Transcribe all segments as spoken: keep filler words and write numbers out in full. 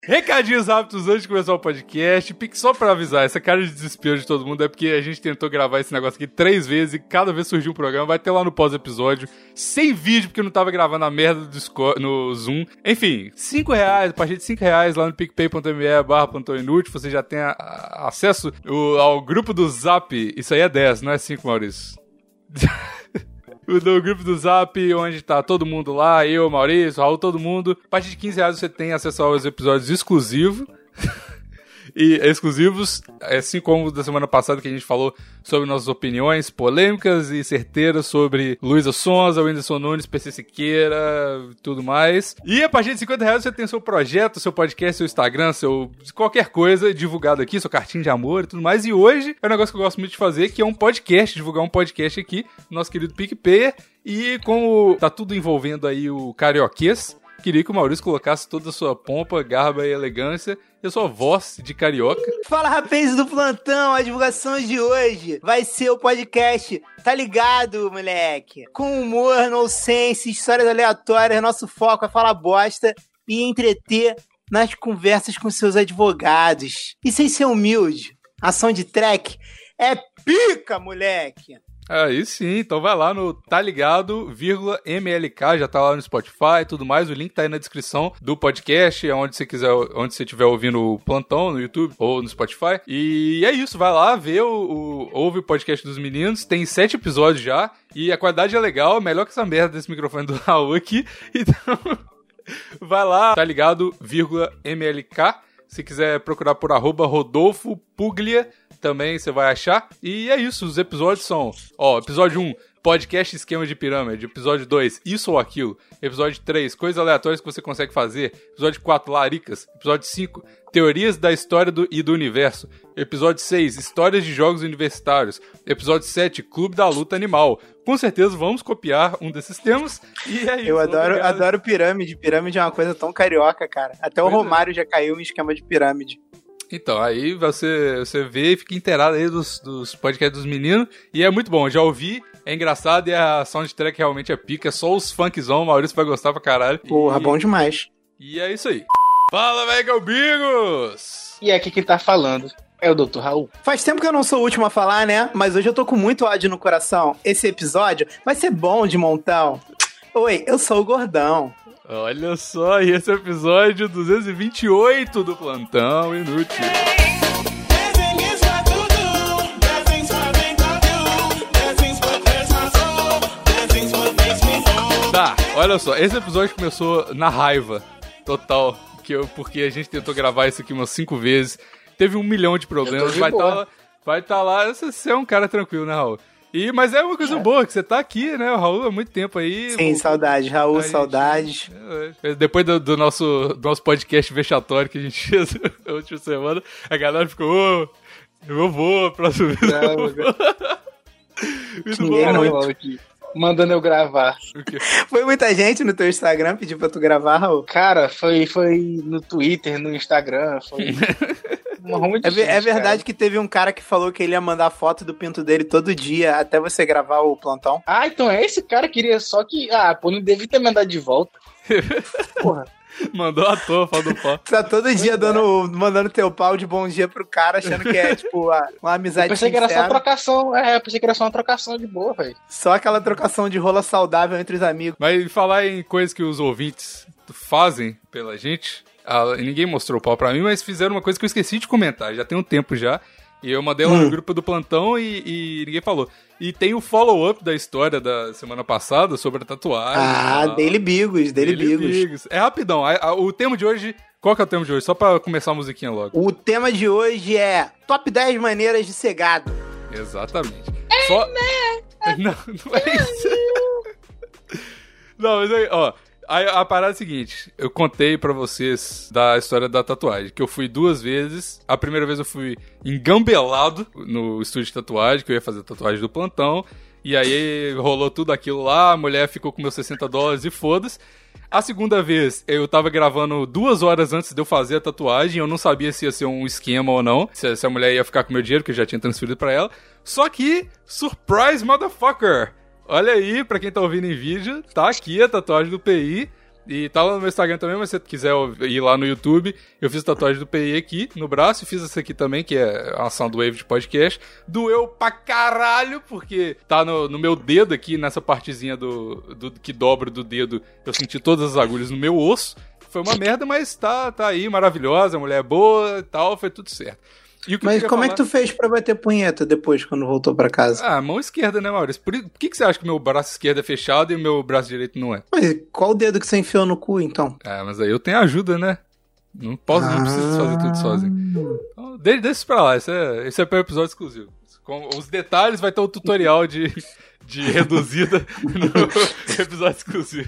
Recadinhos rápidos antes de começar o podcast. Só pra avisar, essa cara de desespero de todo mundo é porque a gente tentou gravar esse negócio aqui três vezes e cada vez surgiu um programa. Vai ter lá no pós-episódio, sem vídeo, porque eu não tava gravando a merda do Discord, no Zoom. Enfim, cinco reais, a partir de cinco reais lá no picpay.me barra plantão inútil, você já tem a, a, acesso ao, ao grupo do Zap. Isso aí é dez, não é cinco, Maurício. No grupo do Zap, onde tá todo mundo lá, eu, Maurício, Raul, todo mundo. A partir de quinze reais você tem acesso aos episódios exclusivos. E exclusivos, assim como da semana passada que a gente falou sobre nossas opiniões polêmicas e certeiras sobre Luísa Sonza, Whindersson Nunes, P C Siqueira, tudo mais. E a partir de cinquenta reais você tem seu projeto, seu podcast, seu Instagram, seu qualquer coisa divulgado aqui, sua cartinha de amor e tudo mais. E hoje é um negócio que eu gosto muito de fazer, que é um podcast, divulgar um podcast aqui, nosso querido PicPay. E como tá tudo envolvendo aí o carioquês, queria que o Maurício colocasse toda a sua pompa, garba e elegância e a sua voz de carioca. Fala, rapazes do plantão, a divulgação de hoje vai ser o podcast Tá Ligado, moleque? Com humor, nonsense, histórias aleatórias, nosso foco é falar bosta e entreter nas conversas com seus advogados. E sem ser humilde, a soundtrack é pica, moleque! Aí sim, então vai lá no Tá Ligado, vírgula, M L K, já tá lá no Spotify e tudo mais, o link tá aí na descrição do podcast, onde você quiser, onde você estiver ouvindo o plantão, no YouTube ou no Spotify. E é isso, vai lá, vê o, o ouve o podcast dos meninos, tem sete episódios já, e a qualidade é legal, melhor que essa merda desse microfone do Raul aqui, então vai lá, Tá Ligado, vírgula, M L K, se quiser procurar por arroba Rodolfo Puglia, também você vai achar. E é isso, os episódios são... Ó, episódio um, podcast esquema de pirâmide. Episódio dois, isso ou aquilo. Episódio três, coisas aleatórias que você consegue fazer. Episódio quatro, laricas. Episódio cinco, teorias da história do, e do universo. Episódio seis, histórias de jogos universitários. Episódio sete, clube da luta animal. Com certeza vamos copiar um desses temas. E é isso. Eu adoro, adoro pirâmide. Pirâmide é uma coisa tão carioca, cara. Até pois o Romário é. já caiu em esquema de pirâmide. Então, aí você, você vê e fica inteirado aí dos, dos podcasts dos meninos. E é muito bom, já ouvi, é engraçado e a soundtrack realmente é pica. É só os funkzão, o Maurício vai gostar pra caralho. Porra, e, bom demais. E é isso aí. Fala, velho, Bigos! E aqui quem tá falando é o doutor Raul. Faz tempo que eu não sou o último a falar, né? Mas hoje eu tô com muito ódio no coração. Esse episódio vai ser bom de montão. Oi, eu sou o Gordão. Olha só, e esse é o episódio duzentos e vinte e oito do Plantão Inútil. Tá, olha só, esse episódio começou na raiva total, que eu, porque a gente tentou gravar isso aqui umas cinco vezes, teve um milhão de problemas, vai estar tá, vai tá lá, você é um cara tranquilo, né, Raul? E, mas é uma coisa é. boa, que você tá aqui, né, o Raul, há muito tempo aí. Sim, o, saudade, Raul, saudades. É, depois do, do, nosso, do nosso podcast vexatório que a gente fez na última semana, a galera ficou, ô, oh, eu vou, próximo vídeo. Não, muito bom, muito. Aqui, mandando eu gravar. Foi muita gente no teu Instagram pediu pra tu gravar, Raul? Cara, foi, foi no Twitter, no Instagram, foi... É, gente, é verdade cara. Que teve um cara que falou que ele ia mandar foto do pinto dele todo dia até você gravar o plantão. Ah, então é esse cara que queria só que... Ah, pô, não devia ter mandado de volta. Porra. Mandou à toa, fala do pau. Tá todo dia dando, mandando teu pau de bom dia pro cara, achando que é, tipo, uma, uma amizade eu pensei sincera. Que era só trocação, é, eu pensei que era só uma trocação de boa, velho. Só aquela trocação de rola saudável entre os amigos. Mas falar em coisas que os ouvintes fazem pela gente... Ah, ninguém mostrou o pau pra mim, mas fizeram uma coisa que eu esqueci de comentar, já tem um tempo já, e eu mandei lá hum. no grupo do plantão e, e ninguém falou. E tem o follow-up da história da semana passada sobre a tatuagem. Ah, tá? Daily Bigos, Daily, Daily Bigos. Bigos. É rapidão, a, a, o tema de hoje, qual que é o tema de hoje? Só pra começar a musiquinha logo. O tema de hoje é top dez maneiras de ser gado. Exatamente. É, Só... né? Não, não é isso. Não, mas aí, ó... A, a parada é a seguinte, eu contei pra vocês da história da tatuagem, que eu fui duas vezes. A primeira vez eu fui engambelado no estúdio de tatuagem, que eu ia fazer tatuagem do plantão. E aí rolou tudo aquilo lá, a mulher ficou com meus sessenta dólares e foda-se. A segunda vez, eu tava gravando duas horas antes de eu fazer a tatuagem, eu não sabia se ia ser um esquema ou não, se, se a mulher ia ficar com meu dinheiro, que eu já tinha transferido pra ela. Só que, surprise motherfucker! Olha aí, pra quem tá ouvindo em vídeo, tá aqui a tatuagem do P I. E tá lá no meu Instagram também, mas se você quiser ir lá no YouTube, eu fiz tatuagem do P I aqui no braço, e fiz essa aqui também, que é a Soundwave de podcast. Doeu pra caralho, porque tá no, no meu dedo aqui, nessa partezinha do, do que dobra do dedo, eu senti todas as agulhas no meu osso. Foi uma merda, mas tá, tá aí, maravilhosa, a mulher é boa e tal, foi tudo certo. E o que Mas eu como falar... é que tu fez pra bater punheta depois, quando voltou pra casa? Ah, mão esquerda, né, Maurício? Por, por que, que você acha que meu braço esquerdo é fechado e o meu braço direito não é? Mas qual dedo que você enfiou no cu, então? Ah, mas aí eu tenho ajuda, né? Não posso, não preciso fazer tudo sozinho. Então, deixa, deixa isso pra lá, esse é, esse é para o episódio exclusivo. Com os detalhes vai ter um tutorial de, de reduzida no episódio exclusivo.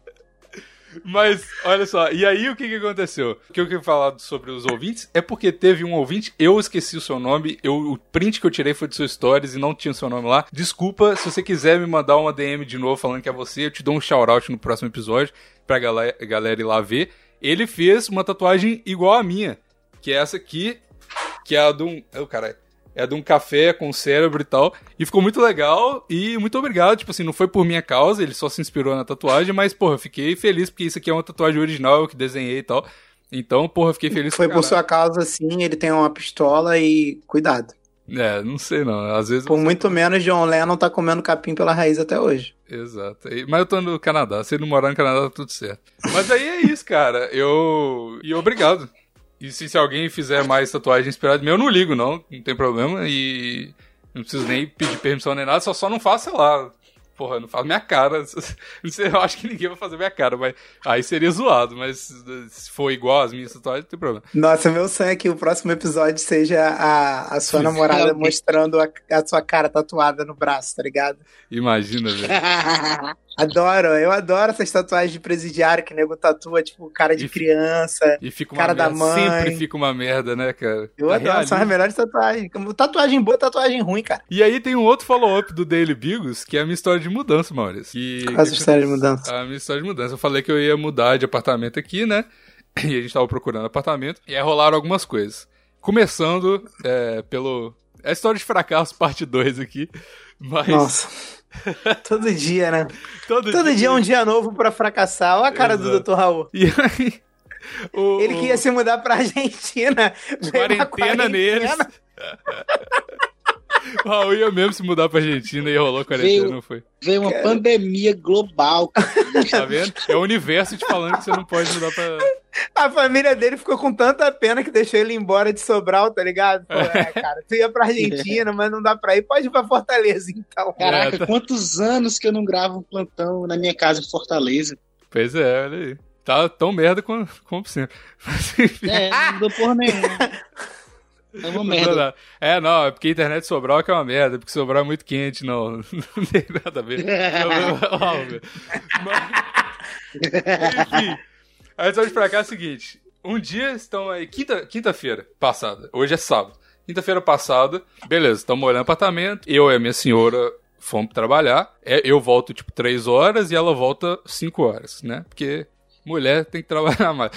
Mas, olha só, e aí o que, que aconteceu? O que eu queria falar sobre os ouvintes é porque teve um ouvinte, eu esqueci o seu nome, eu, o print que eu tirei foi de suas stories e não tinha o seu nome lá. Desculpa, se você quiser me mandar uma D M de novo falando que é você, eu te dou um shout-out no próximo episódio pra galera, galera ir lá ver. Ele fez uma tatuagem igual a minha, que é essa aqui, que é a de um... Oh, caralho. É de um café com cérebro e tal. E ficou muito legal. E muito obrigado. Tipo assim, não foi por minha causa. Ele só se inspirou na tatuagem. Mas, porra, eu fiquei feliz porque isso aqui é uma tatuagem original. Eu que desenhei e tal. Então, porra, eu fiquei feliz. Foi por sua causa, sim. Ele tem uma pistola e... Cuidado. É, não sei não. Às vezes... Por muito menos, John Lennon tá comendo capim pela raiz até hoje. Exato. Mas eu tô no Canadá. Se ele não morar no Canadá, tá tudo certo. Mas aí é isso, cara. Eu... E obrigado. E se, se alguém fizer mais tatuagem inspirada em mim, eu não ligo, não. Não tem problema. E não preciso nem pedir permissão nem nada. Só, só não faço, sei lá. Porra, não faço minha cara. Não sei, eu acho que ninguém vai fazer minha cara. Mas aí seria zoado. Mas se for igual às minhas tatuagens, não tem problema. Nossa, meu sonho é que o próximo episódio seja a, a sua Sim. namorada mostrando a, a sua cara tatuada no braço, tá ligado? Imagina, velho. Adoro, eu adoro essas tatuagens de presidiário que nego tatua, tipo, cara de e criança, e fica uma cara merda, da mãe. Sempre fica uma merda, né, cara? Eu tá adoro, realista. São as melhores tatuagens. Tatuagem boa, tatuagem ruim, cara. E aí tem um outro follow-up do Daily Bigos, que é a minha história de mudança, Maurício. Que, Qual a sua história de mudança? A minha história de mudança. Eu falei que eu ia mudar de apartamento aqui, né? E a gente tava procurando apartamento. E aí rolaram algumas coisas. Começando é, pelo... É a história de fracasso, parte dois aqui. Mas... Nossa... Todo dia, né? Todo, Todo dia. dia é um dia novo pra fracassar. Olha a cara Exato. do doutor Raul. E aí, o, Ele que ia se mudar pra Argentina. Quarentena, quarentena neles. O Raul ia mesmo se mudar pra Argentina e rolou quarentena, veio, não foi? Veio uma cara. pandemia global. Tá vendo? É o universo te falando que você não pode mudar pra... A família dele ficou com tanta pena que deixou ele embora de Sobral, tá ligado? Pô, é, cara, tu ia pra Argentina, mas não dá pra ir. Pode ir pra Fortaleza, então. Caraca, é, tá... quantos anos que eu não gravo um plantão na minha casa em Fortaleza? Pois é, olha aí. Tá tão merda como, como sempre. Mas, enfim. É, não dou porra nenhuma. É uma merda. É, não, é porque a internet de Sobral que é uma merda, porque Sobral é muito quente, não. Não tem nada a ver. Mas, enfim. A história de pra cá é a seguinte. Um dia estão aí, quinta, quinta-feira passada, hoje é sábado. Quinta-feira passada, beleza, estamos olhando apartamento, eu e a minha senhora fomos trabalhar. Eu volto tipo três horas e ela volta cinco horas, né? Porque mulher tem que trabalhar mais.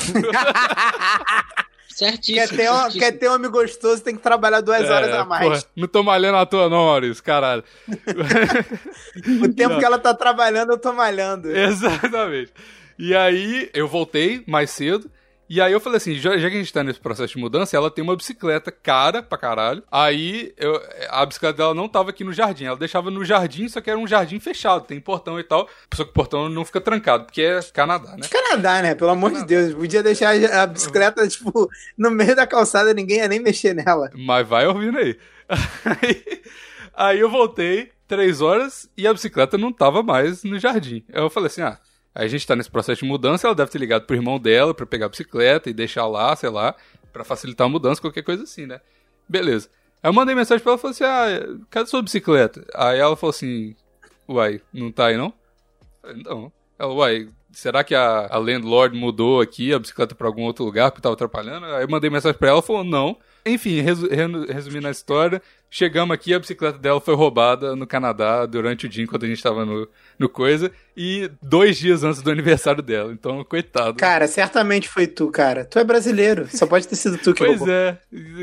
Certíssimo. Quer ter, um, certíssimo. quer ter um homem gostoso, tem que trabalhar duas é, horas a mais. Porra, não tô malhando à toa não, Maurício, caralho. O tempo não. que ela tá trabalhando, eu tô malhando. Exatamente. E aí, eu voltei mais cedo, e aí eu falei assim, já, já que a gente tá nesse processo de mudança, ela tem uma bicicleta cara pra caralho, aí eu, a bicicleta dela não tava aqui no jardim, ela deixava no jardim, só que era um jardim fechado, tem portão e tal, só que o portão não fica trancado, porque é Canadá, né? Canadá, né? Pelo amor Canadá. de Deus, podia deixar a bicicleta, tipo, no meio da calçada, ninguém ia nem mexer nela. Mas vai ouvindo aí. Aí, aí eu voltei, três horas, e a bicicleta não tava mais no jardim. Aí eu falei assim, ah, aí a gente tá nesse processo de mudança, ela deve ter ligado pro irmão dela pra pegar a bicicleta e deixar lá, sei lá, pra facilitar a mudança, qualquer coisa assim, né? Beleza. Aí eu mandei mensagem pra ela e falei assim, ah, cadê sua bicicleta? Aí ela falou assim, uai, não tá aí não? Eu falei, não. Ela, uai, será que a, a landlord mudou aqui a bicicleta pra algum outro lugar porque tava atrapalhando? Aí eu mandei mensagem pra ela, ela falou, não. Enfim, resu- resumindo a história, Chegamos aqui, a bicicleta dela foi roubada no Canadá durante o dia enquanto a gente tava no, no coisa, e dois dias antes do aniversário dela, então, coitado. Cara, certamente foi tu, cara. Tu é brasileiro, só pode ter sido tu que Pois roubou. é,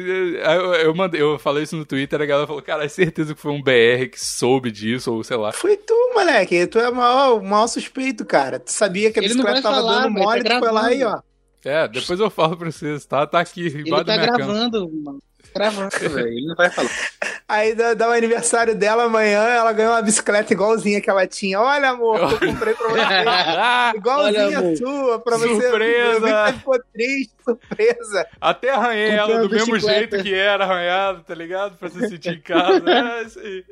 eu, eu, mandei, eu falei isso no Twitter, a galera falou, cara, é certeza que foi um B R que soube disso, ou sei lá. Foi tu, moleque, tu é o maior, o maior suspeito, cara. Tu sabia que a Ele não bicicleta vai tava falar, dando velho, mole, tá tu foi lá e ó. É, depois eu falo pra vocês, tá? Tá aqui, Ele embaixo da tá minha cama. gravando, mano. Gravando, velho. Ele não vai falar. Aí dá, dá o aniversário dela amanhã, ela ganhou uma bicicleta igualzinha que ela tinha. Olha, amor, eu comprei pra você. Igualzinha Olha, amor. sua, pra você. Surpresa. Eu vi que você ficou triste, surpresa. Até arranhei Comprei ela uma do mesmo bicicleta. jeito que era arranhado, tá ligado? Pra se sentir em casa. É isso aí.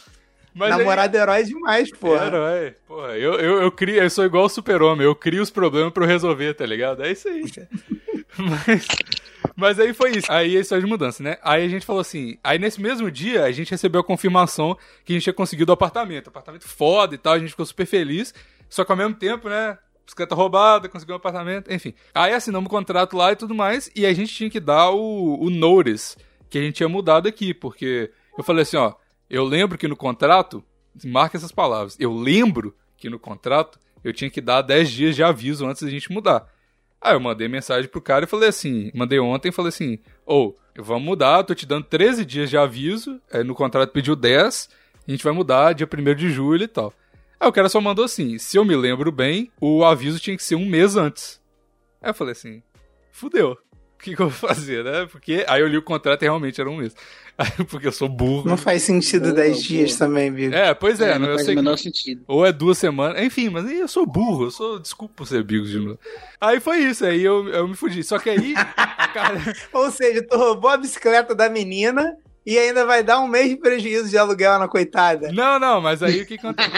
Mas Namorado herói demais, aí, porra. herói. Porra, eu, eu, eu, crio, eu sou igual o super-homem, eu crio os problemas pra eu resolver, tá ligado? É isso aí, cara. Mas, mas aí foi isso. Aí é história de mudança, né? Aí a gente falou assim. Aí nesse mesmo dia a gente recebeu a confirmação que a gente tinha conseguido o apartamento. Apartamento foda e tal, a gente ficou super feliz. Só que ao mesmo tempo, né? Bicicleta roubada, conseguiu um apartamento, enfim. Aí assinamos o contrato lá e tudo mais. E a gente tinha que dar o, o notice que a gente tinha mudado aqui. Porque eu falei assim, ó. Eu lembro que no contrato, marca essas palavras. Eu lembro que no contrato eu tinha que dar dez dias de aviso antes da gente mudar. Aí eu mandei mensagem pro cara e falei assim, mandei ontem e falei assim, ô, oh, vamos mudar, tô te dando treze dias de aviso, aí no contrato pediu dez, a gente vai mudar dia primeiro de julho e tal. Aí o cara só mandou assim, se eu me lembro bem, o aviso tinha que ser um mês antes. Aí eu falei assim, fudeu, o que, que eu vou fazer, né? Porque aí eu li o contrato e realmente era um mês. Porque eu sou burro. Não faz sentido Boa, dez dias boa. também, Bigo. É, pois é, É, não eu faz sei o que... menor sentido. Ou é duas semanas, enfim, mas aí eu sou burro, eu sou, desculpa por ser bigos de novo. Aí foi isso, aí eu, eu me fudi. Só que aí, cara, Ou seja, tu roubou a bicicleta da menina e ainda vai dar um mês de prejuízo de aluguel na coitada. não, não, mas aí o que acontece?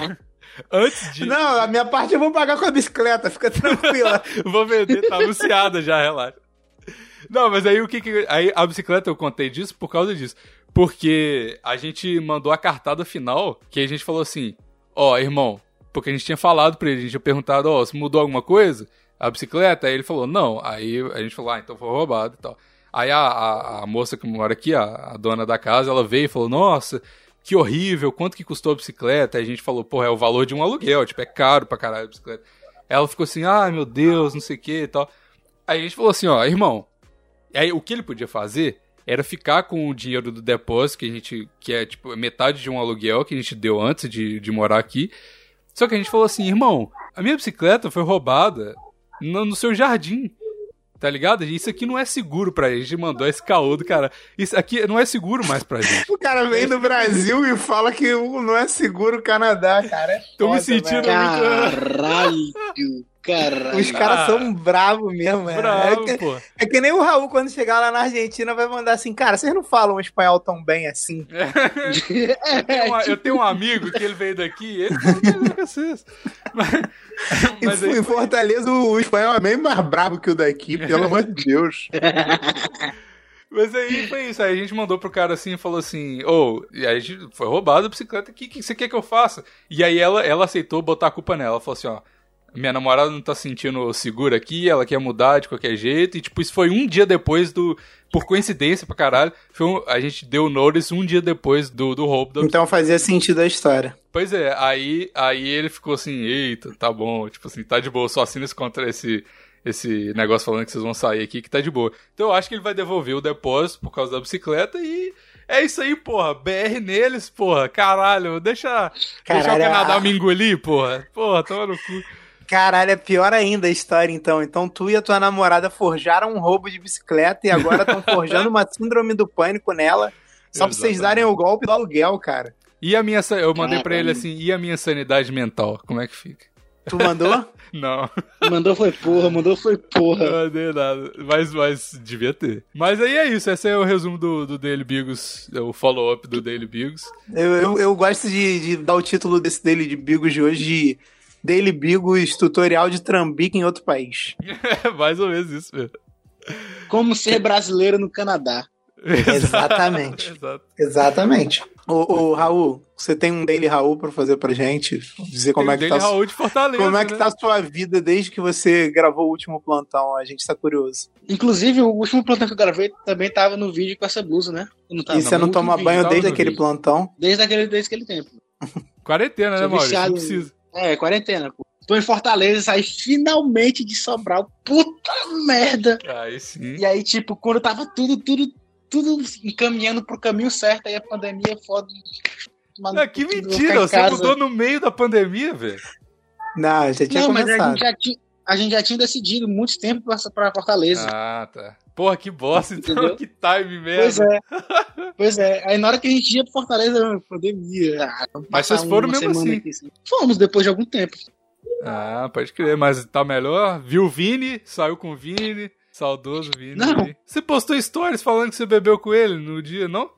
Antes de... Não, a minha parte eu vou pagar com a bicicleta, fica tranquila. Vou vender, tá anunciada já, relaxa. Não, mas aí o que que... Aí a bicicleta eu contei disso por causa disso. Porque a gente mandou a cartada final, que a gente falou assim, ó, oh, irmão, porque a gente tinha falado pra ele, a gente tinha perguntado, ó, oh, se mudou alguma coisa? A bicicleta? Aí ele falou, não. Aí a gente falou, ah, então foi roubado e tal. Aí a, a, a moça que mora aqui, a, a dona da casa, ela veio e falou, nossa, que horrível, quanto que custou a bicicleta? Aí a gente falou, porra, é o valor de um aluguel, tipo, é caro pra caralho a bicicleta. Aí ela ficou assim, ah, meu Deus, não sei o que e tal. Aí a gente falou assim, ó, irmão, aí o que ele podia fazer era ficar com o dinheiro do depósito, que a gente, que é tipo metade de um aluguel que a gente deu antes de, de morar aqui. Só que a gente falou assim, irmão, a minha bicicleta foi roubada no, no seu jardim, tá ligado? Isso aqui não é seguro pra gente. A gente mandou esse caô do cara. Isso aqui não é seguro mais pra gente. O cara vem do Brasil e fala que não é seguro o Canadá, cara. É Tô me foda, sentindo velho. Caralho, caralho. Os caras Ah, são bravos mesmo, é. Bravo, é, que, pô. é que nem o Raul, quando chegar lá na Argentina, vai mandar assim, cara, vocês não falam espanhol tão bem assim. Eu tenho, um, eu tenho um amigo que ele veio daqui, ele falou com vocês. Mas, mas em, aí em Fortaleza, o, o espanhol é bem mais bravo que o daqui, pelo amor de Deus. Mas aí foi isso, aí a gente mandou pro cara assim e falou assim, ô, oh, e aí a gente foi roubada a bicicleta, o que, que você quer que eu faça? E aí ela, ela aceitou botar a culpa nela, ela falou assim, ó, minha namorada não tá se sentindo segura aqui, ela quer mudar de qualquer jeito, e tipo, isso foi um dia depois do, por coincidência pra caralho, foi um, a gente deu o notice um dia depois do, do roubo da Então fazia sentido a história. Pois é, aí, aí ele ficou assim, eita, tá bom, tipo assim, tá de boa, só assina esse, contra esse, esse negócio falando que vocês vão sair aqui, que tá de boa. Então eu acho que ele vai devolver o depósito por causa da bicicleta e é isso aí, porra, B R neles, porra, caralho, deixa, Caralho, deixa o Canadá a- me engolir, porra, porra, toma no cu. Caralho, é pior ainda a história, então. Então tu e a tua namorada forjaram um roubo de bicicleta e agora estão forjando uma síndrome do pânico nela, só pra vocês Exatamente. darem o golpe do aluguel, cara. E a minha, sa- eu mandei pra Caralho. ele assim, e a minha sanidade mental, como é que fica? Tu mandou? Não, Mandou foi porra, mandou foi porra. não mandei nada, mas, mas devia ter. Mas aí é isso, esse é o resumo do, do Daily Bigos, o follow-up do Daily Bigos. Eu, eu, eu gosto de, de dar o título desse Daily de Bigos de hoje de Daily Bigos Tutorial de Trambique em Outro País. É mais ou menos isso mesmo. Como ser brasileiro no Canadá. Exatamente. Exato. Exatamente. Ô, ô, Raul, você tem um Daily Raul pra fazer pra gente? Dizer como Tem é que dele tá. Raul de Fortaleza, Como é que né? tá a sua vida desde que você gravou o último plantão? A gente tá curioso. Inclusive, o último plantão que eu gravei também tava no vídeo com essa blusa, né? Eu não tava, E você não no toma último banho vídeo, desde no aquele vídeo. plantão? Desde aquele, desde aquele tempo. Quarentena, né, Sou Maurício? Não viciado em- precisa. É, quarentena, pô. Tô em Fortaleza, saí finalmente de Sobral. Puta merda! Aí sim. E aí, tipo, quando tava tudo, tudo, tudo encaminhando pro caminho certo, aí a pandemia foda. Ah, que mentira, você mudou no meio da pandemia, velho. Não, já tinha Não, mas a começado. gente já tinha, a gente já tinha decidido muito tempo pra, pra Fortaleza. Ah, tá. Porra, que bosta, então. Entendeu? Que time merda. Pois é. Pois é. Aí na hora que a gente ia pra Fortaleza, pandemia. Ah, vamos Mas passar vocês foram uma mesmo semana assim. aqui, assim. Fomos depois de algum tempo. Ah, pode crer, mas tá melhor? Viu o Vini, saiu com o Vini, saudoso Vini. Não. aí. Você postou stories falando que você bebeu com ele no dia, não?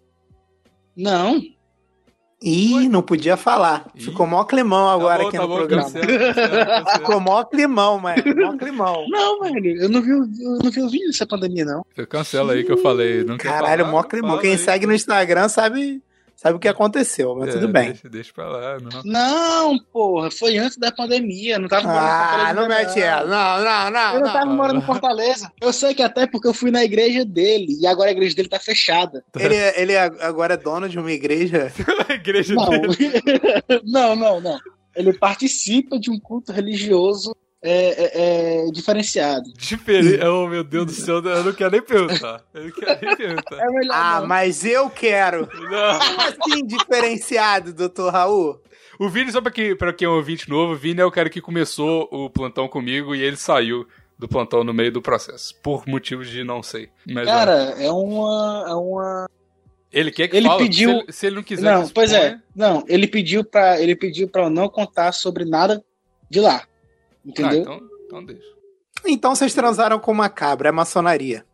Não. Ih, não podia falar. Ih. Ficou mó climão agora tá bom, aqui tá no bom, programa. cancela, cancela, cancela. Ficou mó climão, mano. Mó climão. Não, velho. Eu não vi, o- eu não vi o vídeo dessa pandemia, não. Cancela aí que eu falei. Não quer Caralho, falar, mó não climão. fala Quem aí. segue no Instagram sabe, sabe o que aconteceu, mas É, tudo bem. Deixa, deixa pra lá, não. Não, porra. Foi antes da pandemia. Não tava morando em Ah, Fortaleza. não mete ela. Não, não, não. Eu não não. tava morando em Fortaleza. Eu sei que até porque eu fui na igreja dele. E agora a igreja dele tá fechada. Ele, ele agora é dono de uma igreja. A igreja Não. dele. não, não, não. Ele participa de um culto religioso é, é, é, diferenciado. Diferente. Oh, meu Deus do céu, eu não quero nem perguntar. Eu não quero nem perguntar. É melhor Ah, não. mas eu quero. Não. Como assim diferenciado, doutor Raul? O Vini, só pra quem, pra quem é um ouvinte novo, o Vini é o cara que começou o plantão comigo e ele saiu do plantão no meio do processo. Por motivos de não sei. Mas, ó, Cara, é uma. É uma... ele quer que ele fale. pediu- Se ele, se ele não quiser Não, que pois é. exponha- Não, ele pediu pra, ele pediu pra eu não contar sobre nada de lá. Ah, Entendeu? então, então deixa. Então vocês transaram com uma cabra, é maçonaria.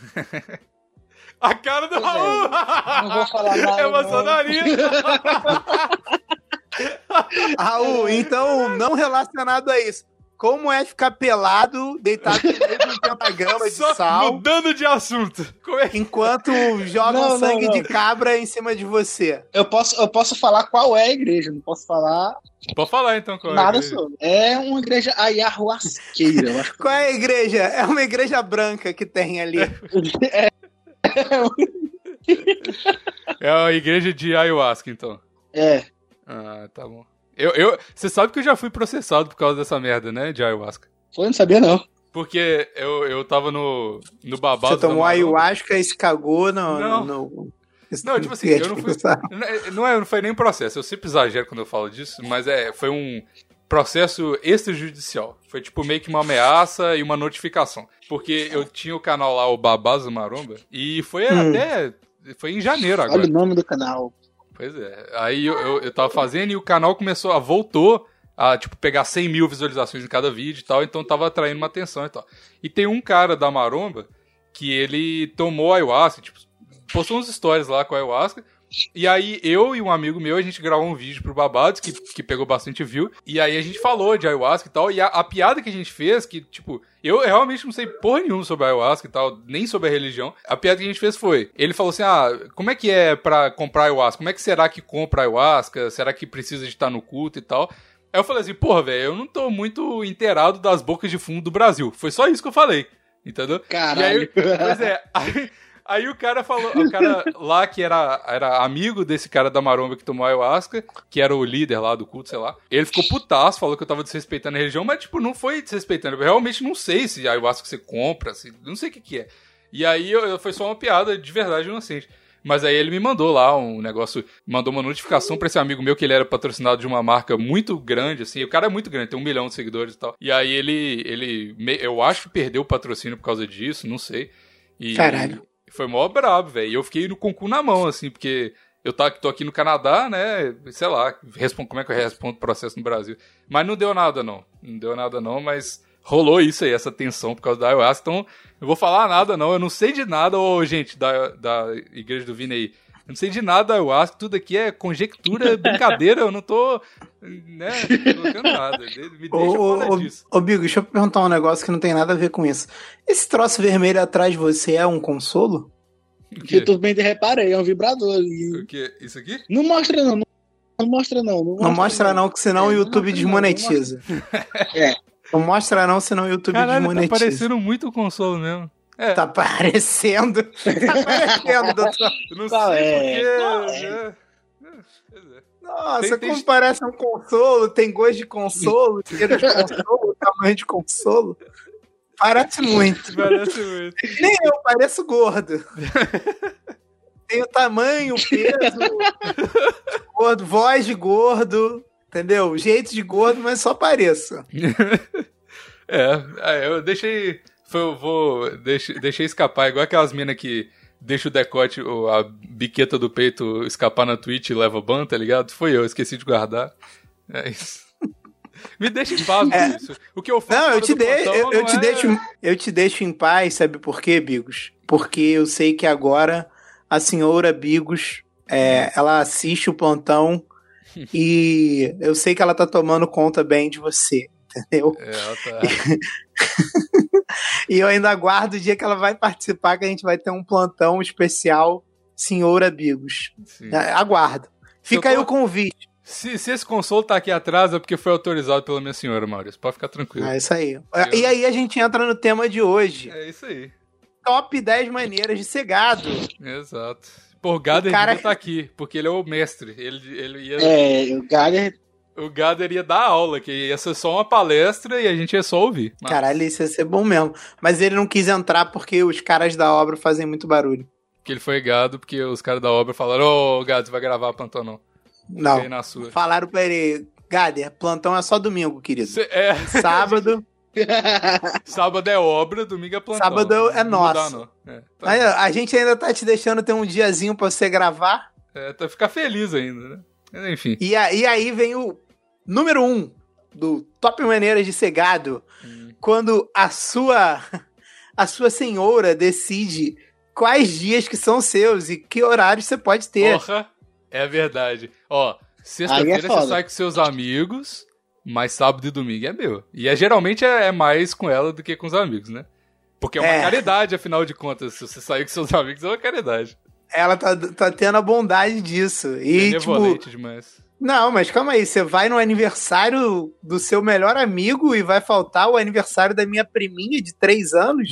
A cara do Pois é, Raul! não vou falar nada, É não. maçonaria! Raul, então não relacionado a isso. Como é ficar pelado, deitado no meio de um pentagrama de Só sal, mudando de assunto. Como é que... enquanto jogam Não, não, sangue não. de cabra em cima de você? Eu posso, eu posso falar qual é a igreja, não posso falar Pode falar então qual é. nada igreja. sobre. É uma igreja ayahuasqueira, eu acho. Qual é a igreja? É uma igreja branca que tem ali. É a igreja de ayahuasca, então. É. Ah, tá bom. Eu, eu, você sabe que eu já fui processado por causa dessa merda, né, de ayahuasca. Foi, não sabia não. Porque eu, eu tava no, no babado Você tomou da Maromba. ayahuasca e se cagou no... Não. no... Não, tipo assim, eu não fui... Não é- Não, é, não foi nem um processo, eu sempre exagero quando eu falo disso, mas é, foi um processo extrajudicial. Foi tipo meio que uma ameaça e uma notificação. Porque eu tinha o canal lá, o Babás da Maromba, e foi Hum. até... Foi em janeiro agora. Olha o nome do canal. Pois é. Aí eu, eu, eu tava fazendo e o canal começou a... Voltou a, tipo, pegar cem mil visualizações em cada vídeo e tal, então tava atraindo uma atenção e tal. E tem um cara da Maromba que ele tomou ayahuasca, tipo, postou uns stories lá com a ayahuasca, e aí eu e um amigo meu, a gente gravou um vídeo pro Babados, que, que pegou bastante view, e aí a gente falou de ayahuasca e tal, e a, a piada que a gente fez, que, tipo, eu realmente não sei porra nenhuma sobre a ayahuasca e tal, nem sobre a religião, a piada que a gente fez foi, ele falou assim, ah, como é que é pra comprar ayahuasca? Como é que será que compra ayahuasca? Será que precisa de estar no culto e tal? Aí eu falei assim, porra, velho, eu não tô muito inteirado das bocas de fundo do Brasil. Foi só isso que eu falei, entendeu? Caralho. E aí, pois é, aí, aí o cara falou, o cara lá que era, era amigo desse cara da Maromba que tomou ayahuasca, que era o líder lá do culto, sei lá, ele ficou putaço, falou que eu tava desrespeitando a religião, mas tipo, não foi desrespeitando, eu realmente não sei se ayahuasca você compra, se, não sei o que que é. E aí eu, eu- foi só uma piada de verdade inocente. Mas aí ele me mandou lá um negócio, mandou uma notificação pra esse amigo meu que ele era patrocinado de uma marca muito grande, assim. O cara é muito grande, tem um milhão de seguidores e tal. E aí ele, ele me- eu acho que perdeu o patrocínio por causa disso, não sei. E Caralho. foi mó brabo, velho. E eu fiquei no concurso na mão, assim, porque eu tá, tô aqui no Canadá, né? Sei lá, respondo, como é que eu respondo o processo no Brasil. Mas não deu nada, não. Não deu nada, não, mas rolou isso aí, essa tensão por causa da ayahuasca. Então, eu vou falar nada, não. Eu não sei de nada, ô, gente, da, da igreja do Vini aí. Eu não sei de nada da ayahuasca. Tudo aqui é conjectura, brincadeira. Eu não tô, né, colocando nada. Me deixa Ô, falar ô, disso. ô, Bigo, deixa eu perguntar um negócio que não tem nada a ver com isso. Esse troço vermelho atrás de você é um consolo? Que eu também reparei, é um vibrador. E... O quê? Isso aqui? Não mostra não, não, não mostra não. Não mostra não, mostra não, que senão é, o YouTube não desmonetiza. Não, é. Não mostra não, senão o YouTube Caralho, desmonetiza. tá parecendo muito o console mesmo. É. Tá parecendo. Tá parecendo, doutor. Eu não Qual sei é? Qual porque... é? É. É. Nossa, Tem- tem- como parece um consolo, tem gosto de consolo, cheiro de consolo, tamanho de consolo. Parece muito. Parece muito. Nem eu, pareço gordo. Tem o tamanho, o peso, de gordo, voz de gordo, entendeu? Jeito de gordo, mas só pareço. É, é, eu deixei... Foi, eu vou... Deixei, deixei escapar, igual aquelas minas que deixa o decote, ou a biqueta do peito escapar na Twitch e leva ban, tá ligado? Foi eu, esqueci de guardar. É isso. Me deixa em paz, É. Maurício. O que eu faço Não, eu fora te, do dei, plantão eu, eu não te é- deixo, eu te deixo em paz, sabe por quê, Bigos? Porque eu sei que agora a senhora Bigos, é, ela assiste o plantão e eu sei que ela tá tomando conta bem de você, entendeu? É, ela tá... E eu ainda aguardo o dia que ela vai participar, que a gente vai ter um plantão especial senhora Bigos. Sim. É, aguardo. Fica Eu aí tô- o convite. Se, se esse console tá aqui atrás é porque foi autorizado pela minha senhora, Maurício. Pode ficar tranquilo. É isso aí. E aí a gente entra no tema de hoje. É isso aí. Top dez maneiras de ser gado. Exato. Pô, o Gader O cara- devia tá aqui, porque ele é o mestre. Ele, ele ia... É, o Gader. O Gader ia dar aula, que ia ser só uma palestra e a gente ia só ouvir. Mas- Caralho, isso ia ser bom mesmo. Mas ele não quis entrar porque os caras da obra fazem muito barulho. Que ele foi gado, porque os caras da obra falaram: Ô, Gado, você vai gravar plantão não. Não. Fica aí na sua. Falaram pra ele, Gader, plantão é só domingo, querido. Cê- é, Sábado. sábado é obra, domingo é plantão. Sábado é Não dá, nosso. não. É, tá, Aí, a gente ainda tá te deixando ter um diazinho pra você gravar. é, tá ficar feliz ainda, né? Mas, enfim. E, a- e aí vem o número um do Top Maneiras de Ser Gado. Hum. Quando a sua, a sua senhora decide quais dias que são seus e que horários você pode ter. Porra, é verdade. Ó, Aí sexta-feira é você foda. sai com seus amigos, mas sábado e domingo é meu. E é, geralmente é, é mais com ela do que com os amigos, né? Porque é uma É. caridade, afinal de contas. Se você sair com seus amigos, é uma caridade. Ela tá, tá tendo a bondade disso. E, tipo, Benevolente demais. não, mas calma aí, você vai no aniversário do seu melhor amigo e vai faltar o aniversário da minha priminha de três anos?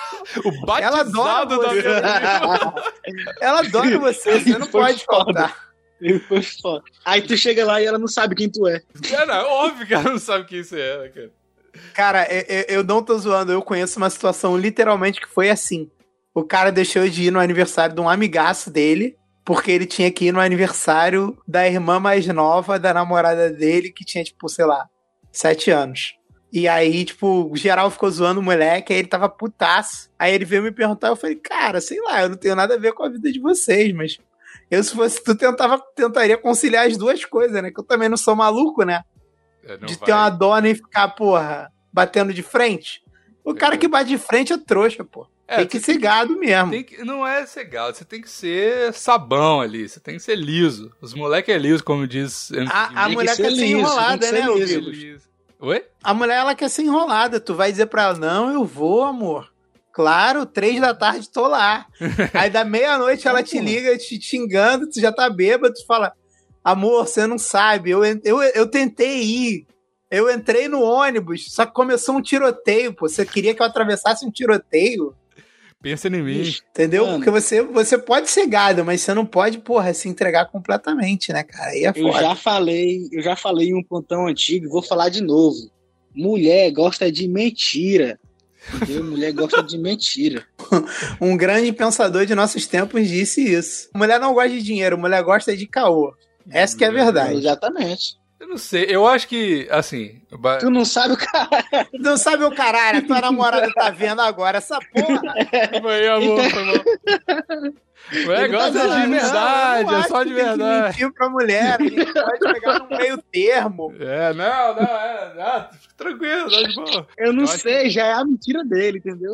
O Ela adora batizado da você. minha prima. Ela adora você, você não Foi pode foda. faltar. Ele foi foda. Aí tu chega lá e ela não sabe quem tu é. É, não, é óbvio que ela não sabe quem isso é, né, cara. Cara, eu, eu- eu não tô zoando, eu conheço uma situação literalmente que foi assim. O cara deixou de ir no aniversário de um amigaço dele, porque ele tinha que ir no aniversário da irmã mais nova da namorada dele, que tinha, tipo, sei lá, sete anos. E aí, tipo, o geral ficou zoando o moleque, aí ele tava putaço. Aí ele veio me perguntar, eu falei, cara, sei lá, eu não tenho nada a ver com a vida de vocês, mas eu, se fosse tu, tentava, tentaria conciliar as duas coisas, né? Que eu também não sou maluco, né? É, não de vai- ter uma dona e ficar, porra, batendo de frente. O cara É. que bate de frente é trouxa, pô. É, tem que você ser gado mesmo. Tem que, não é ser gado, você tem que ser sabão ali, você tem que ser liso. Os moleques é liso, como diz... M T V. A, a Tem que mulher ser quer ser liso, enrolada, tem que né, ser ô liso, Bigos? Liso. Oi? A mulher, ela quer ser enrolada. Tu vai dizer pra ela, não, eu vou, amor. Claro, três da tarde tô lá. Aí da meia-noite ela te liga te xingando, tu já tá bêbado, tu fala, amor, você não sabe, eu, en- eu, eu tentei ir. Eu entrei no ônibus, só que começou um tiroteio, pô. Você queria que eu atravessasse um tiroteio? Pensa em mim. Entendeu? Mano. Porque você, você pode ser gado, mas você não pode, porra, se entregar completamente, né, cara? Aí é Eu foda. já falei, eu já falei em um plantão antigo e vou falar de novo. Mulher gosta de mentira. Entendeu? Mulher gosta de mentira. Um grande pensador de nossos tempos disse isso. Mulher não gosta de dinheiro, mulher gosta de caô. Essa que é a verdade. Exatamente. Eu não sei, eu acho que, assim... ba- Tu não sabe o cara. Tu não sabe o caralho, a tua namorada tá vendo agora essa porra. Foi, amor, foi mal. Ué, Ele tá gosta falando, de não, verdade, eu não é acho só que de tem que verdade. mentir pra mulher, a gente pode pegar num meio termo. É, não, não, é, ah, fica tranquilo, tá de boa. Eu não Eu acho sei, já é a mentira dele, entendeu?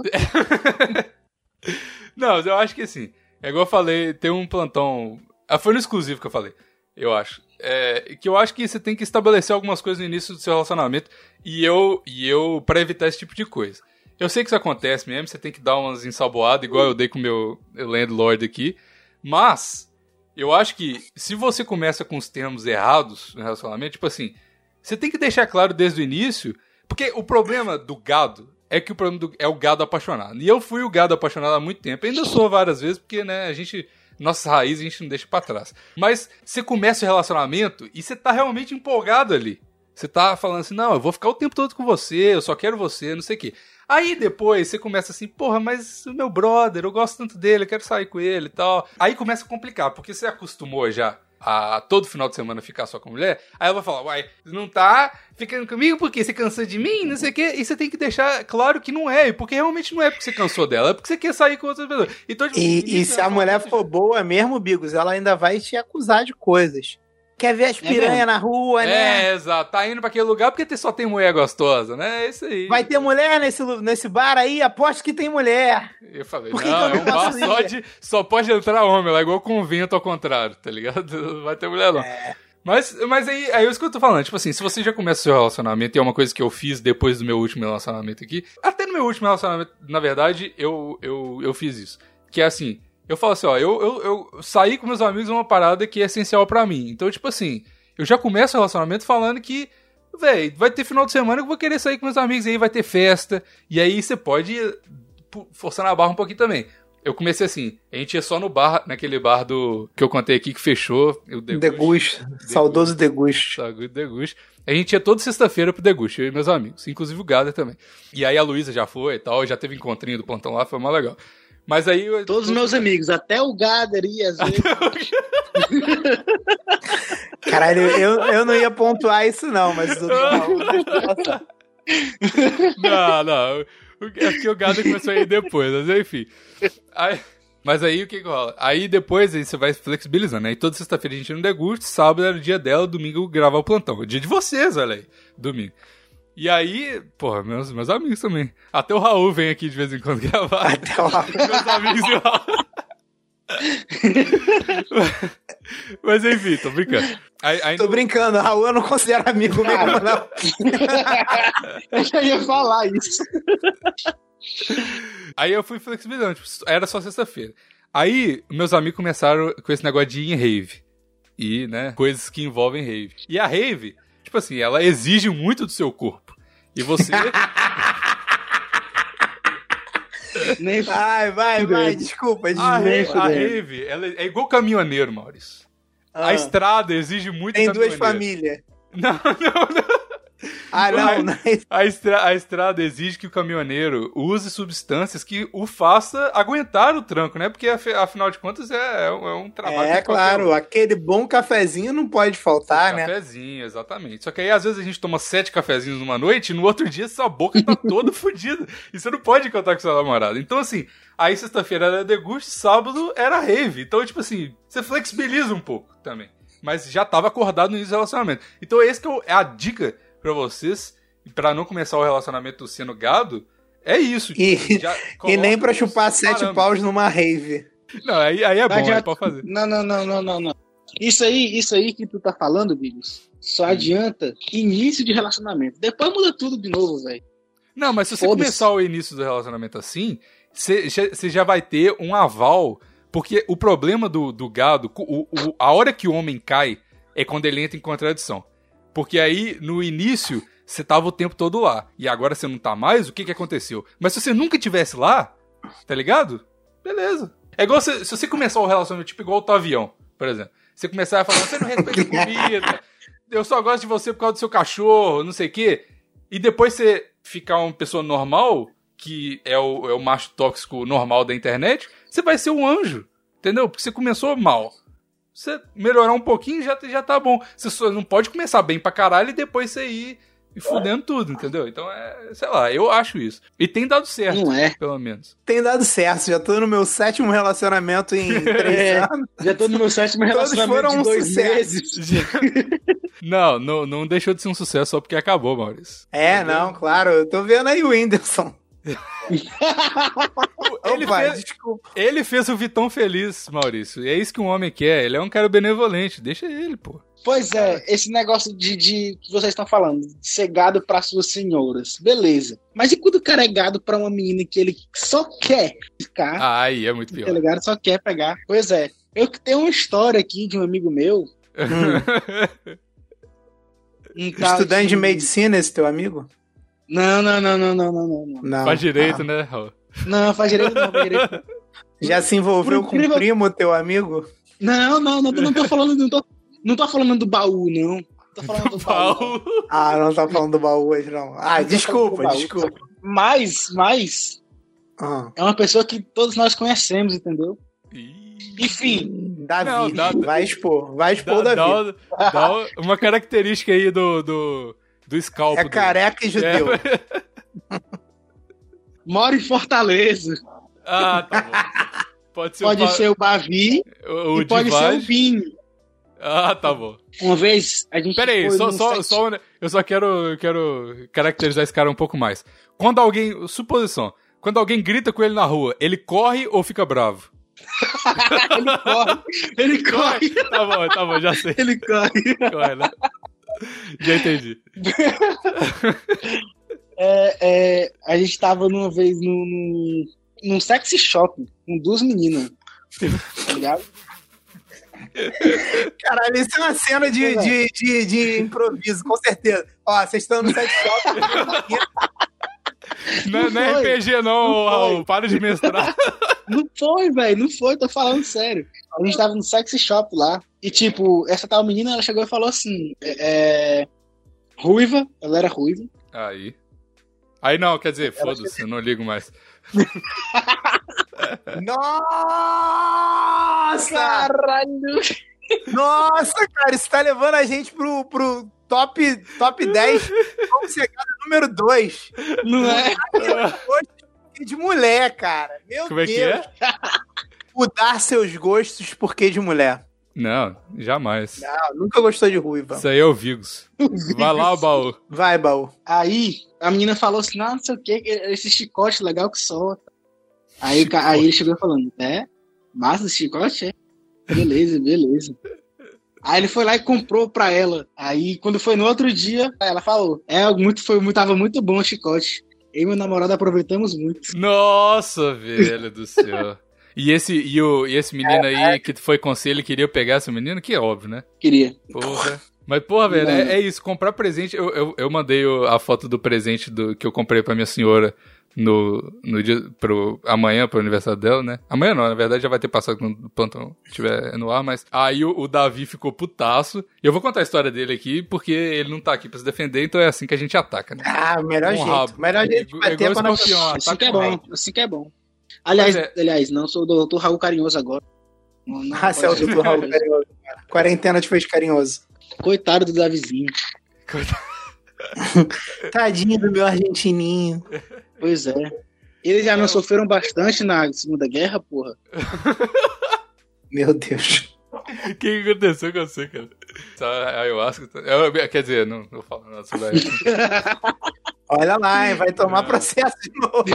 Não, mas eu acho que assim, é igual eu falei, tem um plantão. Ah, foi no exclusivo que eu falei, eu acho. É, que eu acho que você tem que estabelecer algumas coisas no início do seu relacionamento. E eu, e eu pra evitar esse tipo de coisa. eu sei que isso acontece mesmo, você tem que dar umas ensaboadas, igual eu dei com o meu landlord aqui, mas eu acho que se você começa com os termos errados no relacionamento, tipo assim, você tem que deixar claro desde o início, porque o problema do gado é que o problema do, é o gado apaixonado. E eu fui o gado apaixonado há muito tempo, ainda sou várias vezes, porque, né, a gente... Nossas raízes a gente não deixa pra trás. Mas você começa o relacionamento e você tá realmente empolgado ali. Você tá falando assim, não, eu vou ficar o tempo todo com você, eu só quero você, não sei o quê. Aí depois você começa assim, porra, mas o meu brother, eu gosto tanto dele, eu quero sair com ele e tal. Aí começa a complicar, porque você acostumou já a todo final de semana ficar só com a mulher, aí ela vai falar, uai, não tá ficando comigo porque você cansou de mim, não sei o quê, e você tem que deixar claro que não é, porque realmente não é porque você cansou dela, é porque você quer sair com outra pessoa. Então, tipo, e e se a mulher for boa mesmo, Bigos, ela ainda vai te acusar de coisas. Quer ver as piranhas é na rua, né? É, exato. Tá indo pra aquele lugar porque só tem mulher gostosa, né? É isso aí. Vai ter mulher nesse, nesse bar aí? Aposto que tem mulher. Eu falei, Por que não, que eu é um bar só, de, só pode entrar homem, lá igual convento ao contrário, tá ligado? Não vai ter mulher não. É. Mas, mas aí, aí é isso que eu tô falando. Tipo assim, se você já começa o seu relacionamento, e é uma coisa que eu fiz depois do meu último relacionamento aqui, até no meu último relacionamento, na verdade, eu, eu, eu fiz isso. Que é assim, eu falo assim, ó, eu, eu, eu saí com meus amigos uma parada que é essencial pra mim. Então, tipo assim... Eu já começo o relacionamento falando que, véi, vai ter final de semana que eu vou querer sair com meus amigos, aí vai ter festa, e aí você pode ir forçando a barra um pouquinho também. Eu comecei assim, a gente ia só no bar, naquele bar do que eu contei aqui que fechou, o Deguste. Deguste, saudoso Deguste. Saudoso Deguste. A gente ia toda sexta-feira pro Deguste, eu e meus amigos, inclusive o Gader também. E aí a Luísa já foi e tal, já teve encontrinho do plantão lá, foi mais legal. Mas aí... Eu, Todos os meus amigos, até o Gader ia, às vezes... Caralho, eu, eu não ia pontuar isso não, mas... Eu não, não. É porque o Gader começou a ir depois, mas enfim. Aí, mas aí o que que rola? Aí depois aí você vai flexibilizando, né? E toda sexta-feira a gente ia no Deguste, sábado era o dia dela, domingo gravar o plantão. O dia de vocês, olha aí, domingo. E aí, porra, meus, meus amigos também. Até o Raul vem aqui de vez em quando gravar. Até o Raul. Meus amigos e o Raul. Mas enfim, tô brincando. Aí, aí tô no... brincando, Raul eu não considero amigo mesmo, não. Eu já ia falar isso. Aí eu fui flexibilizando, tipo, era só sexta-feira. Aí meus amigos começaram com esse negócio de ir em rave. E, né, coisas que envolvem rave. E a rave... Tipo assim, ela exige muito do seu corpo. E você... vai, vai, vai, desculpa. A rave, a rave ela é igual caminhoneiro, Maurício. Ah. A estrada exige muito Tem caminhoneiro. Tem duas famílias. Não, não, não. Ah, não, não. A, estra, a estrada exige que o caminhoneiro use substâncias que o faça aguentar o tranco, né? Porque, afinal de contas, é, é um trabalho... É, claro. Um. Aquele bom cafezinho não pode faltar, um né? Cafezinho, exatamente. Só que aí, às vezes, a gente toma sete cafezinhos numa noite e no outro dia sua boca tá toda fodida. E você não pode contar com sua namorada. Então, assim, aí sexta-feira era deguste, sábado era rave. Então, tipo assim, você flexibiliza um pouco também. Mas já tava acordado no início do relacionamento. Então, esse que é a dica... pra vocês, pra não começar o relacionamento sendo gado, é isso. E, e nem pra chupar sete parâmetros. Paus numa rave. Não, aí, aí é bom, adianta... aí pode fazer. Não, não, não, não, não, não. Isso aí, isso aí que tu tá falando, Bigos, só hum. adianta início de relacionamento. Depois muda tudo de novo, velho. Não, mas se você Foda-se. começar o início do relacionamento assim, você já, já vai ter um aval, porque o problema do, do gado, o, o, a hora que o homem cai, é quando ele entra em contradição. Porque aí, no início, você tava o tempo todo lá. E agora você não tá mais, o que que aconteceu? Mas se você nunca tivesse lá, tá ligado? Beleza. É igual se, se você começar o relacionamento, tipo igual o avião, por exemplo. Você começar a falar, você não respeita comida, eu só gosto de você por causa do seu cachorro, não sei o quê. E depois você ficar uma pessoa normal, que é o, é o macho tóxico normal da internet, você vai ser um anjo, entendeu? Porque você começou mal. Você melhorar um pouquinho já, já tá bom. Você só não pode começar bem pra caralho e depois você ir e fudendo tudo, entendeu? Então é, sei lá, eu acho isso. E tem dado certo, não é. pelo menos. Tem dado certo, já tô no meu sétimo relacionamento em três é, anos. Já tô no meu sétimo relacionamento foram de dois um meses. não, não, não deixou de ser um sucesso só porque acabou, Maurício. É, entendeu? Não, claro, eu tô vendo aí o Whindersson. ele, Opa, fez, ele fez o Vitão feliz, Maurício. E é isso que um homem quer. Ele é um cara benevolente. Deixa ele, pô. Pois é, esse negócio de, de que vocês estão falando, de ser gado para suas senhoras, beleza. Mas e quando o cara é gado pra uma menina que ele só quer ficar? Ah, aí é muito pior. Tá ligado? Só quer pegar. Pois é. Eu tenho uma história aqui de um amigo meu. Hum. Um tal Estudante de medicina, esse teu amigo? Não, não, não, não, não, não, não. Não. Faz direito, Ah. né, Raul? Não, faz direito não, faz direito não. Já se envolveu Por com incrível- o primo, teu amigo? Não, não, não, não tô falando, não tô, não tô falando do baú, não. Tô falando do baú. não. Pau. Ah, não tá falando do baú hoje, não. Ah, Não tô desculpa, falando do baú. desculpa. Mas, mas, Ah. é uma pessoa que todos nós conhecemos, entendeu? Ih, Enfim, Davi, Não, dá- vai expor, vai expor Dá, o dá, Davi. dá uma característica aí do, do, do scalpo. É dele. careca e judeu. É. mora em Fortaleza. Ah, tá bom. Pode ser Pode o, pa- ser o Bavi o, o e pode ser o Divage. Vini. Ah, tá bom. Uma vez a gente Pera aí, foi só, num só, site- só, um- eu só quero, quero caracterizar esse cara um pouco mais. Quando alguém, suposição, quando alguém grita com ele na rua, ele corre ou fica bravo? ele corre, ele corre, Tá bom, tá bom, já sei. ele corre. Corre, né? Já entendi. É, é, a gente tava numa vez num, num, num sexy shop com duas meninas. Tá ligado? Caralho, isso é uma cena de, de, de, de improviso, com certeza. Ó, vocês estão no sex shop. Não, não é foi. R P G não, Raul, para de mestrar. Não foi, velho, não foi, tô falando sério. A gente tava no sexy shop lá. E tipo, essa tal menina, ela chegou e falou assim: é, é, ruiva, ela era ruiva. Aí. Aí não, quer dizer, foda-se, eu não ligo mais. Nossa! Caralho! Nossa, cara, isso tá levando a gente pro, pro top, top dez. Vamos chegar no número dois. Não é? De mulher, cara. Meu Como é Deus. que é? Mudar seus gostos porque de mulher. Não, jamais. Não, nunca gostou de ruiva. Isso aí é o Vigos. Vai lá, baú. Vai, baú. Aí a menina falou assim: não, não sei o que, esse chicote legal que solta. Aí, o ca- aí ele chegou falando: é? Massa esse chicote? É? Beleza, beleza. Aí ele foi lá e comprou pra ela. Aí quando foi no outro dia, ela falou: é, muito, foi, muito- tava muito bom o chicote. Eu e meu namorado aproveitamos muito. Nossa, velho do céu. E esse, e, o, e esse menino aí que foi conselho, ele queria pegar esse menino? Que é óbvio, né? Queria. Porra. Mas, porra, velho, é, é isso. Comprar presente. Eu, eu, eu mandei o- a foto do presente do, que eu comprei pra minha senhora no, no dia. Pro, amanhã, pro aniversário dela, né? Amanhã não, na verdade já vai ter passado quando o plantão estiver no ar, mas. Aí o, o Davi ficou putaço. E eu vou contar a história dele aqui, porque ele não tá aqui pra se defender, então é assim que a gente ataca, né? Ah, o melhor Com jeito. rabo. O melhor jeito de É bater igual é quando a escorpião, pessoa- Assim que é Ataca bom, assim que é bom. Aliás, Pois é. aliás, não sou o doutor Raul Carinhoso agora. Não, não Ah, pode ser. Celso do Raul carinhoso, cara. Quarentena te fez carinhoso. Coitado do Davizinho. Tadinho do meu argentininho. Pois é. Eles já não sofreram bastante na Segunda Guerra, porra. Meu Deus. O que que aconteceu com você, cara? Essa ayahuasca. tá- Eu, quer dizer, não, não vou falar nada sobre ayahuasca. Olha lá, hein? Vai tomar Não. processo de novo.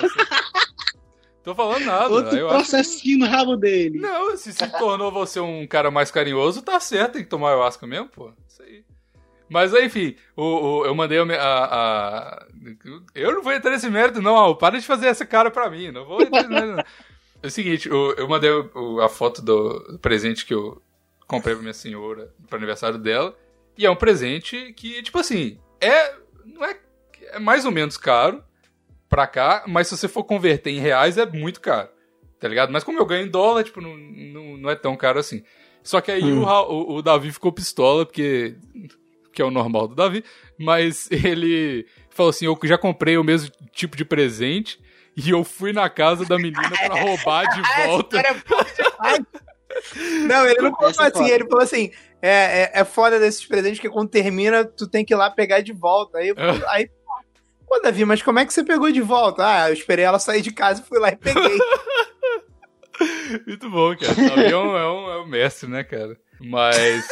Tô falando nada. Outro ayahuasca- processinho no rabo dele. Não, se se tornou você um cara mais carinhoso, tá certo, tem que tomar ayahuasca mesmo, pô. Isso aí. Mas, enfim, o, o- eu mandei a, a, a- Eu não vou entrar nesse mérito, não. Al, para de fazer essa cara pra mim. Não vou entrar nesse mérito, não. É o seguinte, eu, eu mandei o- a foto do presente que eu comprei pra minha senhora pro aniversário dela. E é um presente que, tipo assim, é. Não é. É mais ou menos caro pra cá, mas se você for converter em reais, é muito caro. Tá ligado? Mas como eu ganho em dólar, tipo, não, não, não é tão caro assim. Só que aí Hum. o, Ra- o, o Davi ficou pistola, porque. Que é o normal do Davi. Mas ele falou assim: eu já comprei o mesmo tipo de presente. E eu fui na casa da menina pra roubar de volta. Essa história é boa demais. Não, ele não falou Essa é assim, foda. ele falou assim: é, é, é foda desses presentes que quando termina, tu tem que ir lá pegar de volta. Aí, eu- aí pô, Davi, mas como é que você pegou de volta? Ah, eu esperei ela sair de casa e fui lá e peguei. Muito bom, cara. Davi é um, é, um, é um mestre, né, cara? Mas.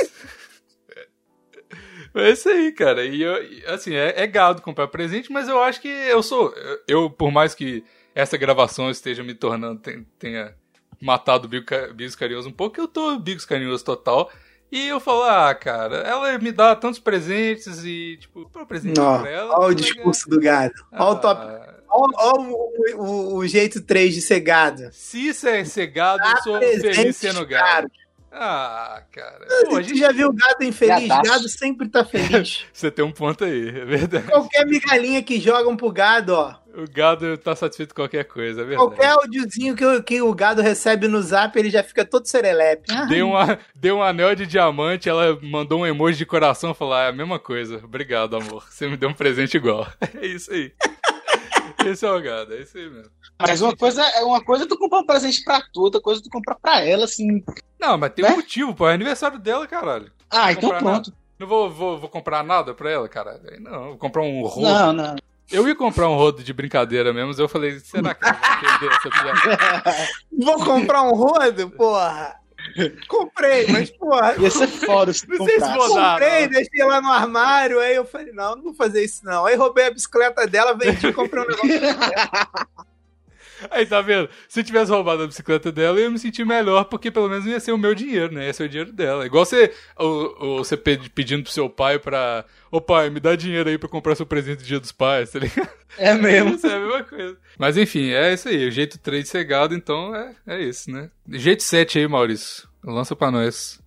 É isso aí, cara. E eu, e, assim, é, é gado comprar presente, mas eu acho que eu sou. Eu, eu, por mais que essa gravação esteja me tornando, ten- tenha matado o Bigo Ca- Bigos Carinhoso um pouco, eu tô Bigos Carinhoso total. E eu falo, ah, cara, ela me dá tantos presentes e, tipo, pra presente Ó, pra ela. Olha o discurso do gado. Olha Ah, o top. Olha o, o, o jeito três de ser gado. Se isso é ser gado, eu sou presentes feliz sendo gado. caros. Ah, cara. Pô, a Você gente... já viu gado infeliz? Gadaço. Gado sempre tá feliz. Você tem um ponto aí, é verdade. Qualquer migalhinha que jogam pro gado, ó. O gado tá satisfeito com qualquer coisa, é verdade. Qualquer audiozinho que, o- que o gado recebe no zap, ele já fica todo serelepe. Ah, Deu, uma, deu um anel de diamante, ela mandou um emoji de coração e falou: ah, é a mesma coisa. Obrigado, amor. Você me deu um presente igual. É isso aí. Esse é o gado, é isso aí mesmo. Mas uma coisa é uma coisa é tu comprar um presente pra tu, outra coisa é tu comprar pra ela, assim. Não, mas tem Né? um motivo, pô. É aniversário dela, caralho. Ah, Vou então comprar pronto. nada. Não vou, vou, vou comprar nada pra ela, caralho. Aí Não, vou comprar um rodo. Não, não. Eu ia comprar um rodo de brincadeira mesmo, mas eu falei, será que ela vai entender essa piada? vou comprar um rodo, porra. Comprei, mas porra. Ia ser foda se tu Não sei se comprasse. vou dar. Comprei, não. deixei lá no armário. Aí eu falei, não, não vou fazer isso não. Aí roubei a bicicleta dela, vendi e comprei um negócio. Aí, tá vendo? Se eu tivesse roubado a bicicleta dela, eu ia me sentir melhor, porque pelo menos ia ser o meu dinheiro, né? Ia ser o dinheiro dela. Igual você, ou, ou você pe- pedindo pro seu pai pra... Ô pai, me dá dinheiro aí pra comprar seu presente do Dia dos Pais, tá ligado? É mesmo. Isso é a mesma coisa. Mas enfim, é isso aí. O jeito três de ser gado, então, é, é isso, né? Jeito sete aí, Maurício. Lança pra nós.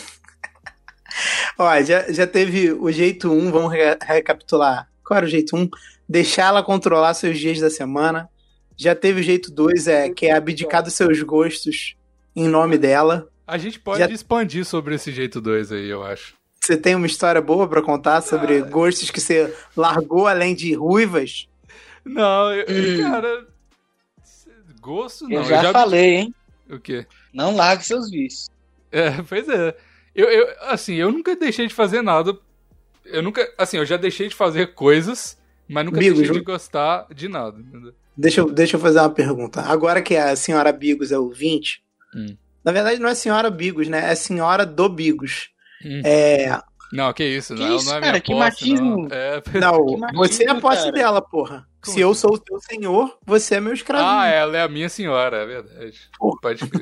Ó, já, já teve o jeito um, vamos re- recapitular. Qual era o jeito um? Deixar ela controlar seus dias da semana. Já teve o jeito dois, é, que é abdicar dos seus gostos em nome dela. A gente pode Já- expandir sobre esse jeito dois aí, eu acho. Você tem uma história boa pra contar sobre gostos que você largou além de ruivas? Não, eu, Hum. cara... Gosto não. Eu já falei, hein? O quê? Não largue seus vícios. É, pois é. Eu, eu, assim, eu nunca deixei de fazer nada. Eu nunca... Assim, eu já deixei de fazer coisas, mas nunca Bigos, deixei de não? gostar de nada, entendeu? Deixa eu, deixa eu fazer uma pergunta. Agora que a senhora Bigos é ouvinte, Hum. na verdade não é senhora Bigos, né? É senhora do Bigos. Hum. É, Não, que isso, Que não, isso, não é cara, minha que posse, não. machismo. É, não, Que machismo, você é a posse cara. dela, porra. Como Se eu assim? sou o teu senhor, você é meu escravinho. Ah, ela é a minha senhora, é verdade. Pô. Pode crer.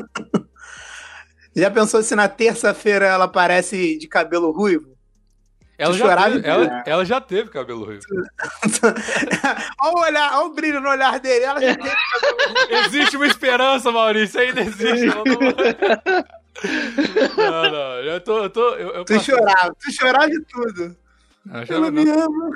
Já pensou se na terça-feira ela aparece de cabelo ruivo? Ela Tu já, chorava teve, e- ela, ela já teve cabelo ruivo. Olha o olhar, olha o brilho no olhar dele. Ela já teve cabelo ruivo. Existe uma esperança, Maurício, ainda existe. Ela Não, não, não, eu tô... Eu tô eu, eu Tu passei- chorava, tu chorava de tudo. Não, Ela chora me não. ama.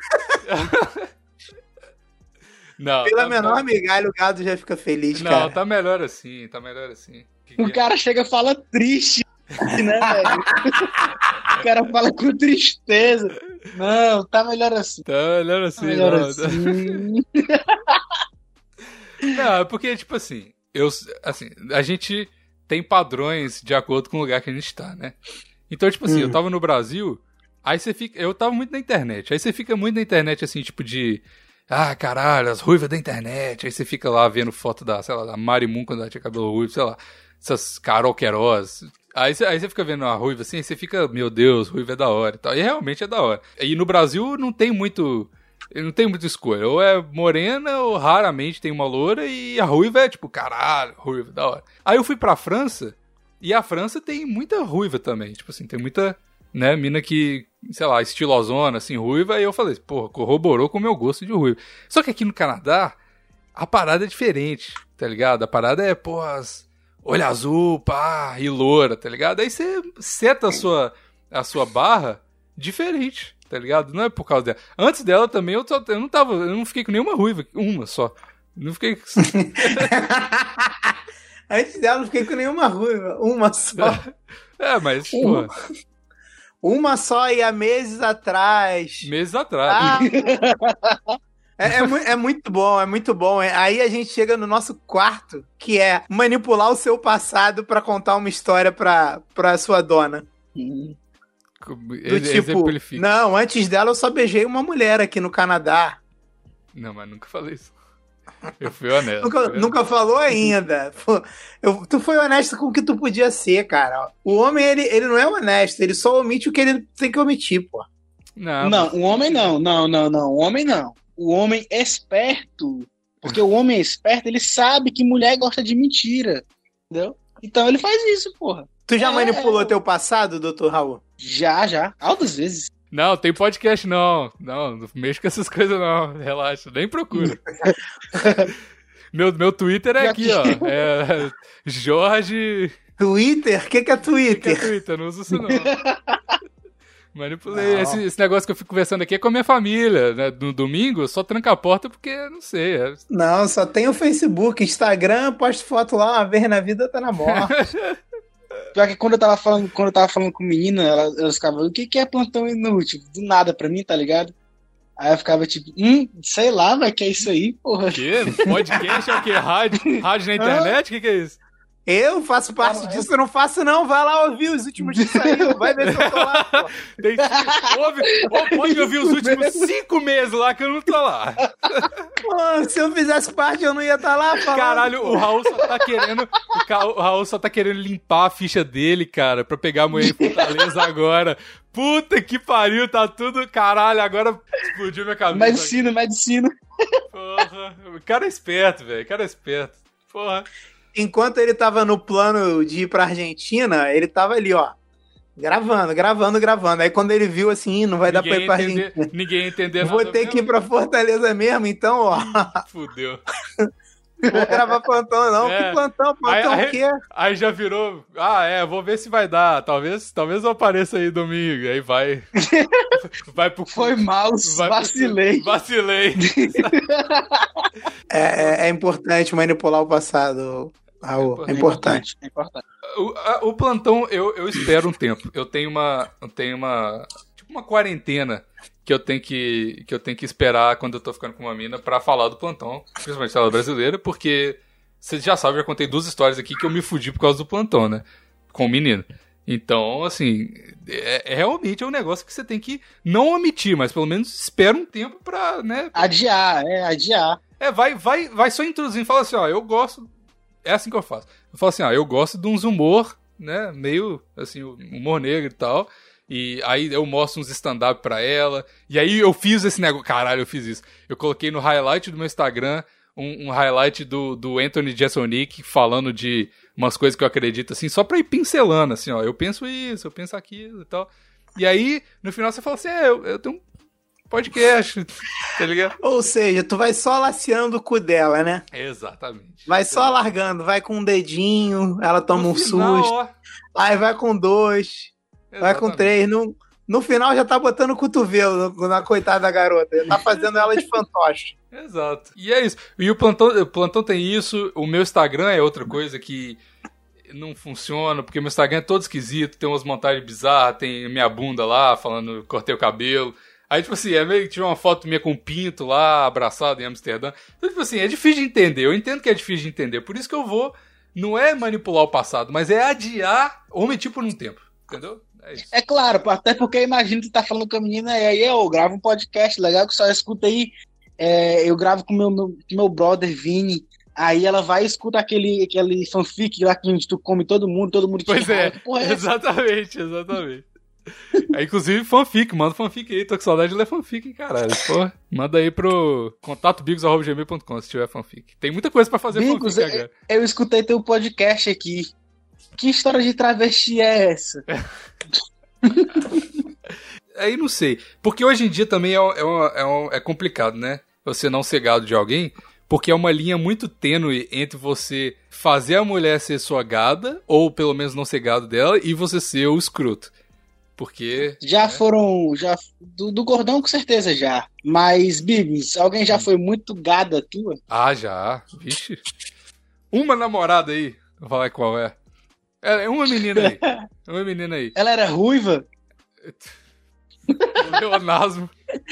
Não, Pela tá- menor tá- migalha, o gado já fica feliz, Não, cara. tá melhor assim, tá melhor assim. Que que O é? cara chega e fala triste, né, velho? O cara fala com tristeza. Não, tá melhor assim. Tá melhor assim, Tá melhor não, assim. Não, é porque, tipo assim, eu, assim, a gente tem padrões de acordo com o lugar que a gente tá, né? Então, tipo assim, Hum. eu tava no Brasil, aí você fica. Eu tava muito na internet, aí você fica muito na internet, assim, tipo de. Ah, caralho, as ruivas da internet. Aí você fica lá vendo foto da, sei lá, da Mari Moon quando ela tinha cabelo ruivo, sei lá, essas Carol Queiroz. Aí você, aí você fica vendo a ruiva assim, aí você fica, meu Deus, ruiva é da hora e tal. E realmente é da hora. E no Brasil não tem muito. Não tem muita escolha. Ou é morena, ou raramente tem uma loura, e a ruiva é tipo, caralho, ruiva, da hora. Aí eu fui pra França, e a França tem muita ruiva também. Tipo assim, tem muita, né, mina que, sei lá, estilosona, assim, ruiva, e eu falei, porra, corroborou com o meu gosto de ruiva. Só que aqui no Canadá, a parada é diferente, tá ligado? A parada é, porra, as- olho azul, pá, e loura, tá ligado? Aí você seta a sua, a sua barra diferente, tá ligado? Não é por causa dela. Antes dela também, eu, só- eu não tava, eu não fiquei com nenhuma ruiva, uma só. Não fiquei... Antes dela, não fiquei com nenhuma ruiva. Uma só. É, mas, porra, Uma só e há meses atrás. meses atrás. Ah, é, é mu- é muito bom, é muito bom. É- Aí a gente chega no nosso quarto, que é manipular o seu passado pra contar uma história pra, pra sua dona. Hum. Do Ex- tipo, exemplifica. não, antes dela eu só beijei uma mulher aqui no Canadá. Não, mas nunca falei isso. Eu fui honesto. Nunca, fui nunca falou ainda. Pô, eu- tu foi honesto com o que tu podia ser, cara. O homem, ele, ele não é honesto, ele só omite o que ele tem que omitir, pô. Não, Não, o homem não, não, não, não. O homem não. O homem esperto. Porque o homem esperto, ele sabe que mulher gosta de mentira. Entendeu? Então ele faz isso, porra. Tu já É, manipulou é. teu passado, doutor Raul? Já, já. Altas vezes. Não, tem podcast não. Não, não mexo com essas coisas não. Relaxa, nem procura. meu, meu Twitter é Já aqui, que- ó. É Jorge... Twitter? O que, que é O que é Twitter? Twitter? Não uso isso não. Manipulei. Não. Esse, esse negócio que eu fico conversando aqui é com a minha família, né? No domingo, eu só tranco a porta porque, não sei. É... Não, só tem o Facebook. Instagram, posto foto lá uma vez na vida, tá na morte. Pior que quando eu tava falando, quando eu tava falando com menina, elas, elas ficavam, o que, que é plantão inútil? Do nada pra mim, tá ligado? Aí eu ficava tipo, hum, sei lá, vai que é isso aí, porra. O quê? Podcast é o quê? Rádio, rádio na internet? O que, que é isso? Eu faço parte Ah, disso, eu não faço não. Vai lá ouvir os últimos que saíram. Vai ver se eu tô lá, pô. Tem... Ouve, ou pode ouvir os últimos cinco meses lá que eu não tô lá. Pô, se eu fizesse parte, eu não ia estar lá falando. Caralho, pô. o Raul só tá querendo. O, Ca- o Raul só tá querendo limpar a ficha dele, cara, pra pegar a mulher em Fortaleza agora. Puta que pariu, tá tudo. Caralho, agora explodiu minha cabeça. Medicina, medicina. Porra. O cara é esperto, velho. O cara é esperto. Porra. Enquanto ele tava no plano de ir pra Argentina, ele tava ali, ó. Gravando, gravando, gravando. Aí quando ele viu assim, "Ih, não vai dar pra ir pra entender, Argentina. ninguém ia entender Vou nada ter que ir mesmo. pra Fortaleza mesmo, então, ó. Fudeu. Vou gravar plantão, não. É. Que plantão? Plantão Aí- o quê? Aí já virou. Ah, é, vou ver se vai dar. Talvez, talvez eu apareça aí domingo. Aí vai. Vai pro. Foi mal, vai pro- vacilei. Vacilei. É, é- é importante manipular o passado, Raul. É importante. É importante. O, a- o plantão, eu, eu espero um tempo. Eu tenho uma. Eu tenho uma. Tipo uma quarentena que eu tenho que. Que eu tenho que esperar quando eu tô ficando com uma mina pra falar do plantão. Principalmente ela brasileira, porque. Vocês já sabem, eu já contei duas histórias aqui que eu me fudi por causa do plantão, né? Com o menino. Então, assim, é, é realmente é um negócio que você tem que não omitir, mas pelo menos espera um tempo pra, né? Adiar, é, adiar. É, vai, vai, vai só introduzindo, fala assim, ó, eu gosto, é assim que eu faço. Eu falo assim, ó, eu gosto de uns humor, né, meio, assim, humor negro e tal, e aí eu mostro uns stand-up pra ela, e aí eu fiz esse negócio, caralho, eu fiz isso. Eu coloquei no highlight do meu Instagram um, um highlight do, do Anthony Jeselnik falando de umas coisas que eu acredito, assim, só pra ir pincelando, assim, ó, eu penso isso, eu penso aquilo e tal. E aí, no final você fala assim, é, eu, eu tenho um podcast, tá ligado? Ou seja, tu vai só laceando o cu dela, né? Exatamente. Vai só largando, vai com um dedinho, ela toma No um final, susto, ó, aí vai com dois, vai com exatamente. três. No, no final já tá botando o cotovelo no- na coitada da garota. Já tá fazendo ela de fantoche. Exato. E é isso. E o plantão, o plantão tem isso. O meu Instagram é outra coisa que não funciona, porque o meu Instagram é todo esquisito, tem umas montagens bizarras, tem minha bunda lá, falando cortei o cabelo. Aí, tipo assim, é meio que tinha uma foto minha com um pinto lá, abraçado em Amsterdã. Então, tipo assim, é difícil de entender. Eu entendo que é difícil de entender. Por isso que eu vou, não é manipular o passado, mas é adiar ou medir por um tempo. Entendeu? É isso. É claro, até porque imagina que tu tá falando com a menina e aí eu gravo um podcast legal que só escuta aí. É, eu gravo com meu, meu, com meu brother Vini. Aí ela vai e escuta aquele, aquele fanfic lá que a gente tu come todo mundo, todo mundo te Pois é, raiva. Porra, é essa? exatamente, exatamente. É, inclusive fanfic, manda fanfic aí, tô com saudade de ler fanfic, hein, caralho. Pô, manda aí pro contato bigos arroba gmail ponto com se tiver fanfic. Tem muita coisa pra fazer Bigos, fanfic eu, agora. eu escutei teu podcast aqui. Que história de travesti é essa? Aí não sei, porque hoje em dia também é, é, uma- é, um- é complicado, né? Você não ser gado de alguém, porque é uma linha muito tênue entre você fazer a mulher ser sua gada, ou pelo menos não ser gado dela, e você ser o escroto. Porque... Já né? foram. Já, do, do gordão, com certeza já. Mas, Bigos, alguém já foi muito gada tua? Ah, já. Vixe. Uma namorada aí. Vou falar qual é. É uma menina aí. É uma menina aí. Ela era ruiva? O Leonasmo.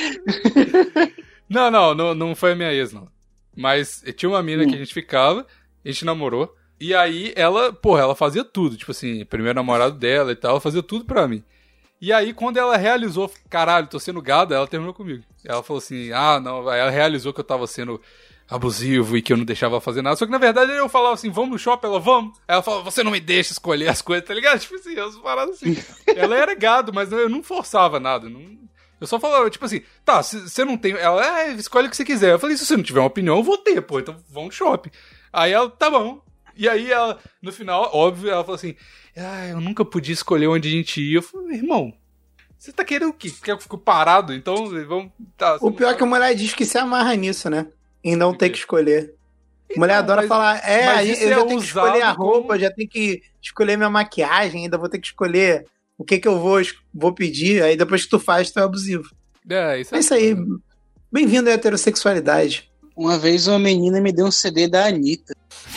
Não, não, não, não foi a minha ex, não. Mas tinha uma mina que a gente ficava, a gente namorou. E aí ela, porra, ela fazia tudo. Tipo assim, primeiro namorado dela e tal, ela fazia tudo pra mim. E aí, quando ela realizou, caralho, tô sendo gada, ela terminou comigo. Ela falou assim, ah, não, aí ela realizou que eu tava sendo abusivo e que eu não deixava ela fazer nada. Só que, na verdade, eu falava assim, vamos no shopping? Ela, vamos. Aí ela falava, você não me deixa escolher as coisas, tá ligado? Tipo assim, eu paradas assim. Ela era gado, mas eu não forçava nada, não... Eu só falava, tipo assim, tá, você não tem... Ela, é, escolhe o que você quiser. Eu falei, se você não tiver uma opinião, eu vou ter, pô, então vamos no shopping. Aí ela, tá bom. E aí, ela, no final, óbvio, ela falou assim, ah, eu nunca podia escolher onde a gente ia. Eu falei, irmão, você tá querendo o quê? Quer que eu fico parado? Então, vamos... Tá, o pior é que a mulher diz que se amarra nisso, né? Em não ter que escolher. A mulher adora mas, falar, é, eu é já tenho que escolher a roupa, como... eu já tenho que escolher minha maquiagem, ainda vou ter que escolher o que que eu vou, vou pedir, aí depois que tu faz, tu é abusivo. É, isso é, é isso aí. Bem-vindo à heterossexualidade. Uma vez uma menina me deu um C D da Anitta.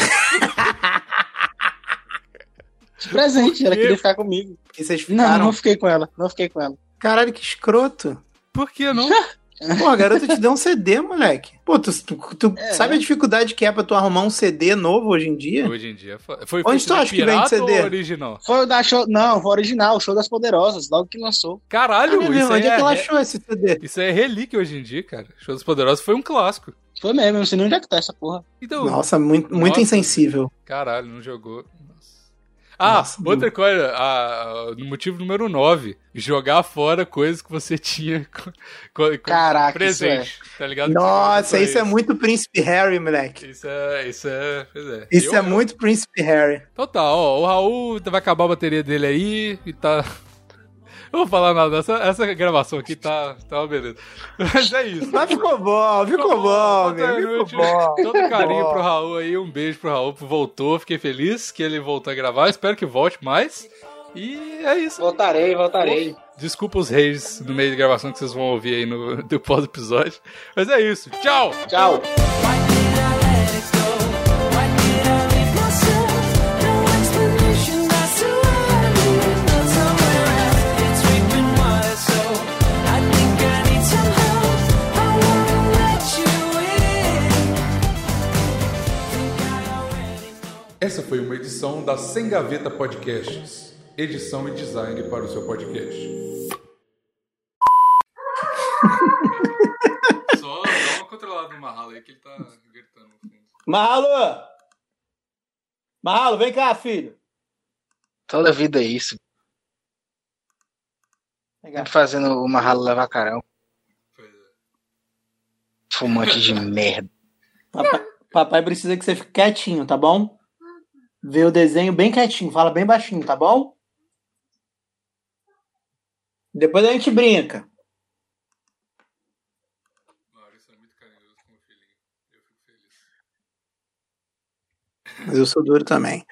De presente, ela queria ficar comigo. E vocês ficaram? Não, não fiquei com ela, não fiquei com ela. Caralho, que escroto. Por que não? Pô, a garota te deu um C D, moleque. Pô, tu, tu, tu é. sabe a dificuldade que é pra tu arrumar um C D novo hoje em dia? Hoje em dia. Foi, foi Onde tu acha que vende C D? Ou original? Foi o da show. Não, foi o original, o Show das Poderosas, logo que lançou. Caralho, ah, isso onde é, é que ela achou esse C D? Isso é relíquia hoje em dia, cara. Show das Poderosas foi um clássico. Foi mesmo, eu não sei nem onde é que tá essa porra. Então, Nossa, muito, muito nossa, insensível. Caralho, não jogou. Ah, Nossa, outra meu. coisa, a, no motivo número nove, jogar fora coisas que você tinha com, com, Caraca, presente, isso é. tá ligado? Nossa, isso, isso é muito Príncipe Harry, moleque. Isso é, isso é, pois é. Isso eu, é muito Príncipe Harry. Então tá, ó, o Raul vai acabar a bateria dele aí e tá... Eu não vou falar nada, essa, essa gravação aqui tá, tá uma beleza. Mas é isso. Mas ficou bom, ficou, ficou bom, bom ficou bom. Todo carinho pro Raul aí, um beijo pro Raul, voltou, fiquei feliz que ele voltou a gravar, espero que volte mais. E é isso. Voltarei, voltarei. Desculpa os reis do meio de gravação que vocês vão ouvir aí no, no pós-episódio. Mas é isso, tchau! Tchau! Essa foi uma edição da Sem Gaveta Podcasts. Edição e design para o seu podcast. Só dá uma controlada no Mahalo aí que ele tá gritando no fundo. Mahalo! Mahalo, vem cá, filho. Toda vida é isso. Sempre fazendo o Mahalo levar carão. Pois é. Fumante de merda. Papai, papai precisa que você fique quietinho, tá bom? Vê o desenho bem quietinho, fala bem baixinho, tá bom? Depois a gente brinca. Maurício é muito carinhoso com o filhinho. Eu fico feliz. Mas eu sou duro também.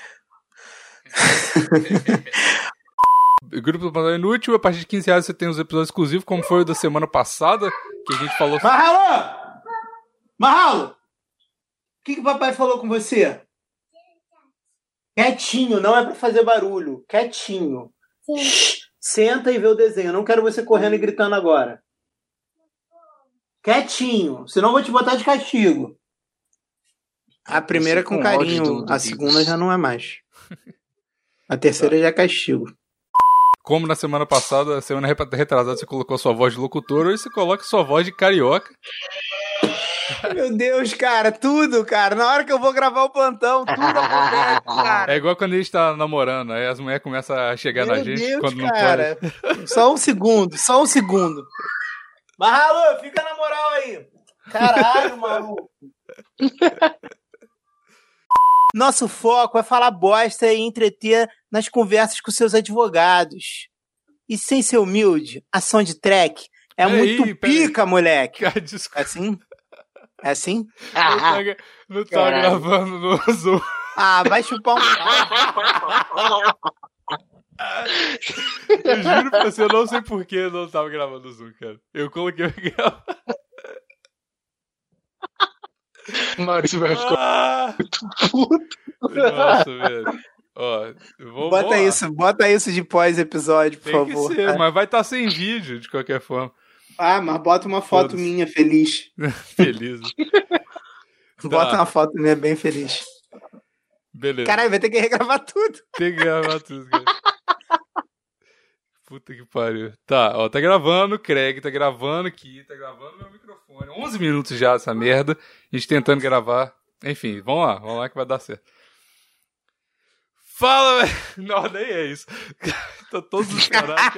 O Grupo do Plantão Inútil, a partir de quinze reais você tem os episódios exclusivos, como foi o da semana passada, que a gente falou... Mahalo! Mahalo! O que, que o papai falou com você? Quietinho, não é pra fazer barulho. Quietinho. Shhh, senta e vê o desenho. Eu não quero você correndo e gritando agora. Quietinho, senão eu vou te botar de castigo. A primeira com carinho, a segunda já não é mais. A terceira já é castigo. Como na semana passada, a semana retrasada, você colocou sua voz de locutor, hoje você coloca sua voz de carioca. Meu Deus, cara, tudo, cara. Na hora que eu vou gravar o plantão, tudo acontece, cara. É igual quando a gente tá namorando, aí as mulheres começam a chegar Meu na gente Deus, quando cara. não pode. Só um segundo, só um segundo. Mahalo, fica na moral aí. Caralho, maluco. Nosso foco é falar bosta e entreter nas conversas com seus advogados. E sem ser humilde, ação de track é Pera muito aí, pera pica, aí. moleque. Cara, desculpa. É assim? É assim? Não tá, não tá gravando no Zoom. Ah, vai chupar um... Eu juro pra você, eu não sei por que eu não tava gravando no Zoom, cara. Eu coloquei o gravar. Maurício vai ficar Ah, muito puto. nossa, velho. Ó, vou, Bota vou isso, bota isso de pós-episódio, por Tem favor. que ser, tá? mas vai estar sem vídeo, de qualquer forma. Ah, mas bota uma foto Foda-se. minha feliz. Feliz. Bota Tá. uma foto minha bem feliz. Beleza. Caralho, vai ter que regravar tudo. Tem que gravar tudo, cara. Puta que pariu. Tá, ó, tá gravando, Craig tá gravando aqui, tá gravando meu microfone. onze minutos já essa merda. A gente tentando gravar. Enfim, vamos lá, vamos lá que vai dar certo. Fala, velho. Não, nem é isso. Tô todos os caras.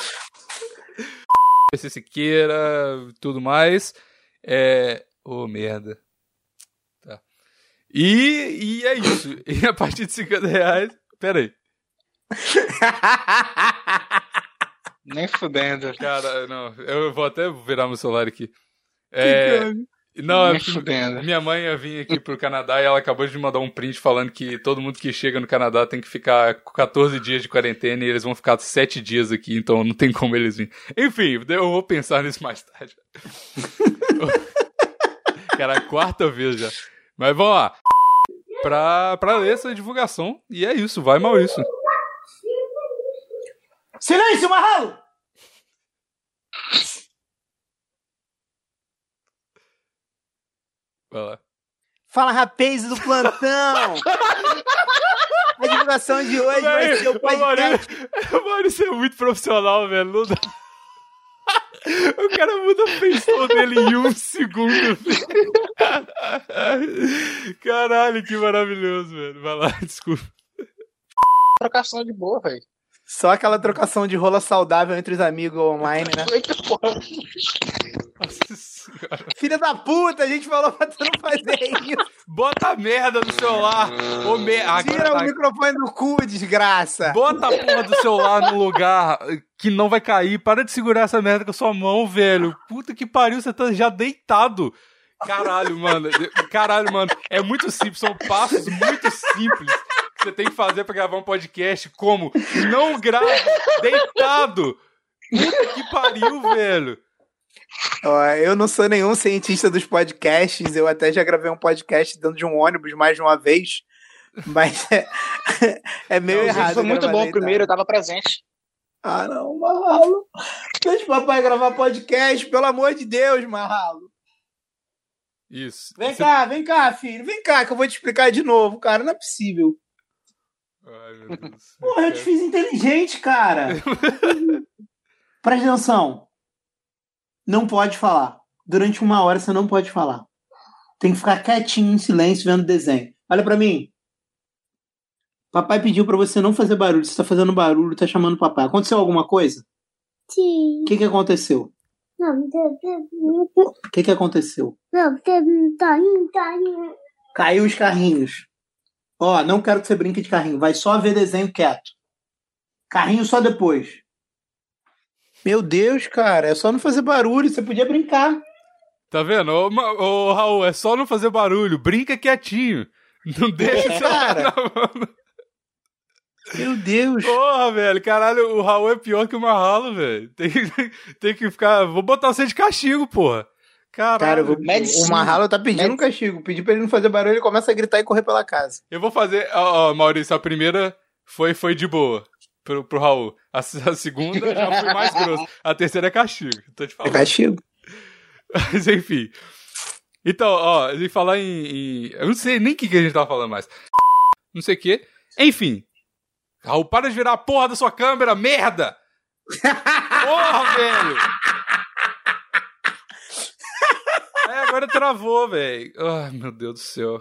P C Siqueira, tudo mais. É. Ô, oh, merda. Tá. E, e é isso. E a partir de cinquenta reais... Pera aí. Nem fudendo. Cara, não. Eu vou até virar meu celular aqui. É... Não, Nem fudendo. Minha mãe ia vir aqui pro Canadá e ela acabou de me mandar um print falando que todo mundo que chega no Canadá tem que ficar quatorze dias de quarentena e eles vão ficar sete dias aqui, então não tem como eles virem. Enfim, eu vou pensar nisso mais tarde. Cara, a quarta vez já. Mas vamos lá. Pra, pra ler essa divulgação. E é isso, vai, Maurício. Silêncio, Marralo! Vai lá. Fala, rapaz do plantão! A divulgação de hoje vai ser o podcast. O Maurício é muito profissional, velho. Não dá. O cara muda a feição dele em um segundo. Caralho, que maravilhoso, velho. Vai lá, desculpa. Trocação de boa, velho. Só aquela trocação de rola saudável entre os amigos online, né? Nossa senhora. Filha da puta, a gente falou pra tu não fazer isso. Bota a merda no celular. Ô, me... Agora Tira tá... o microfone do cu, desgraça. Bota a porra do celular num lugar que não vai cair. Para de segurar essa merda com a sua mão, velho. Puta que pariu, você tá já deitado. Caralho, mano. Caralho, mano. É muito simples, são passos muito simples que você tem que fazer pra gravar um podcast, como não grave deitado. Puta que pariu, velho. Ó, eu não sou nenhum cientista dos podcasts, eu até já gravei um podcast dentro de um ônibus mais de uma vez, mas é, é meio não, errado. Foi muito bom deitado. o primeiro, eu tava presente. Ah, não, Marralo. Deixa o papai gravar podcast, pelo amor de Deus, Marralo. Isso. Vem Você... cá, vem cá, filho, vem cá que eu vou te explicar de novo, cara, não é possível. Ai, meu Deus. Porra, eu te fiz inteligente, cara. Presta atenção. Não pode falar. Durante uma hora você não pode falar. Tem que ficar quietinho, em silêncio, vendo desenho. Olha pra mim. Papai pediu pra você não fazer barulho. Você tá fazendo barulho, tá chamando papai. Aconteceu alguma coisa? Sim. O que que aconteceu? Não, O que que aconteceu? não, tá indo, tá indo. Caiu os carrinhos. Ó, não quero que você brinque de carrinho. Vai só ver desenho quieto. Carrinho só depois. Meu Deus, cara, é só não fazer barulho, você podia brincar. Tá vendo? Ô, ô, Raul, é só não fazer barulho, brinca quietinho. Não deixa o celular na mão. Meu Deus. Porra, velho, caralho, o Raul é pior que o Marralo, velho. Tem, tem que ficar... Vou botar você de castigo, porra. Caralho. Cara, eu vou... Medicina. o Marralo tá pedindo Medicina. um castigo. Pedi pra ele não fazer barulho, ele começa a gritar e correr pela casa. Eu vou fazer... Ó, ó, Maurício, a primeira foi, foi de boa. Pro, pro Raul. A, a segunda já foi mais grosso. A terceira é castigo. Tô te É falando. castigo. Mas enfim. Então, ó, ele falar em, em. Eu não sei nem o que, que a gente tava falando mais. Não sei o que. Enfim. Raul, para de virar a porra da sua câmera, merda! Porra, velho! É, agora travou, velho. Ai, meu Deus do céu.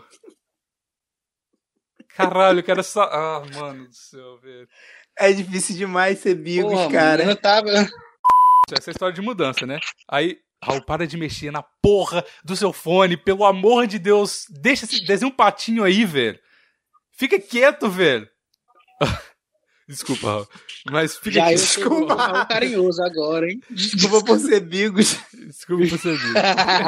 Caralho, eu quero só. Ah, mano do céu, velho. É difícil demais ser bigos, Porra, cara. mano, eu tava... Essa é a história de mudança, né? Aí, Raul, para de mexer na porra do seu fone, pelo amor de Deus. Deixa esse desenho um patinho aí, velho. Fica quieto, velho. Desculpa, Raul. Mas fica Já eu quieto. sou um Raul carinhoso agora, hein? Desculpa por ser bigos. Desculpa por ser bicho.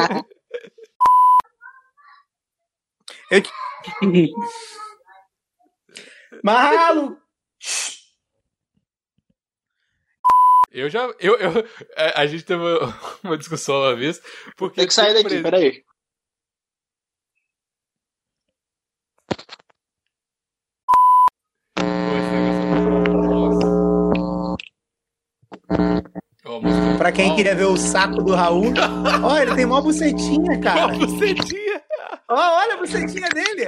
Eu te... Marralo! Eu já. Eu, eu, a, a gente teve uma, uma discussão uma vez. Porque Tem que sair daqui, peraí. Pra quem queria ver o saco do Raul, ó, ele tem mó bucetinha, cara. Uma bucetinha. Ó, olha a bucetinha dele.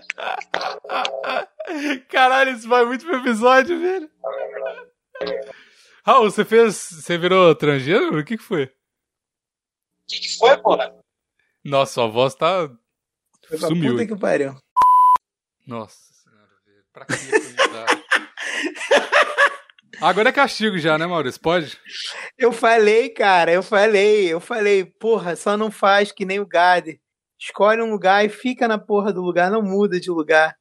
Caralho, isso vai muito pro episódio, velho. Raul, você fez. Você virou transgênero? O que que foi? O que, que foi, porra? Nossa, sua voz tá. Foi pra Sumiu. puta que pariu. Nossa senhora, velho. Pra que atualizar? Agora é castigo já, né, Maurício? Pode? Eu falei, cara, eu falei, eu falei, porra, só não faz que nem o Gader. Escolhe um lugar e fica na porra do lugar, não muda de lugar.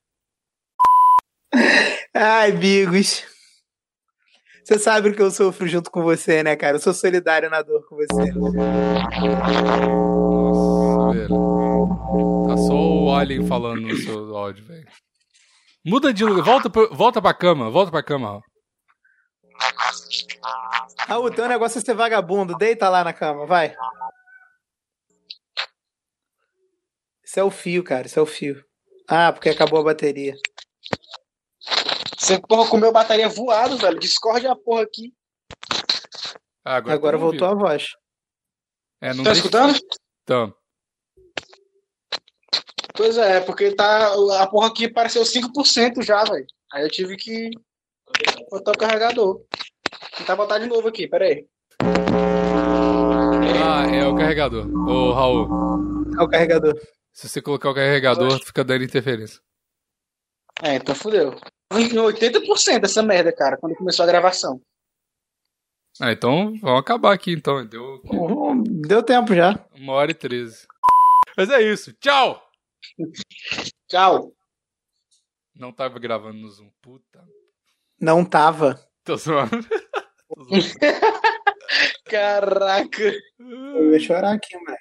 Ai, Bigos. Você sabe que eu sofro junto com você, né, cara? Eu sou solidário na dor com você. Nossa, velho. Tá só o Alien falando no seu áudio, velho. Muda de lugar. Volta, pra- volta pra cama. Volta pra cama, Raul. Raul, teu negócio é ser vagabundo. Deita lá na cama, vai. Isso é o fio, cara. Isso é o fio. Ah, porque acabou a bateria. Você, porra, comeu bateria voado, velho. Discorde a porra aqui. Ah, agora Agora tamo voltou ouvindo. a voz. É, não Tá deixa- escutando? Então, Pois é, porque tá, a porra aqui pareceu cinco por cento já, velho. Aí eu tive que botar o carregador. Vou tentar botar de novo aqui, pera aí. Ah, é o carregador. Ô, Raul, É o carregador. se você colocar o carregador, fica dando interferência. É, então fudeu. Em oitenta por cento essa merda, cara, quando começou a gravação. Ah, então vamos acabar aqui, então. Deu Uhum, Deu tempo já. uma hora e treze. Mas é isso. Tchau! Tchau. Não tava gravando no Zoom. Puta. Não tava. Tô zoando. Caraca. Eu ia chorar aqui, moleque.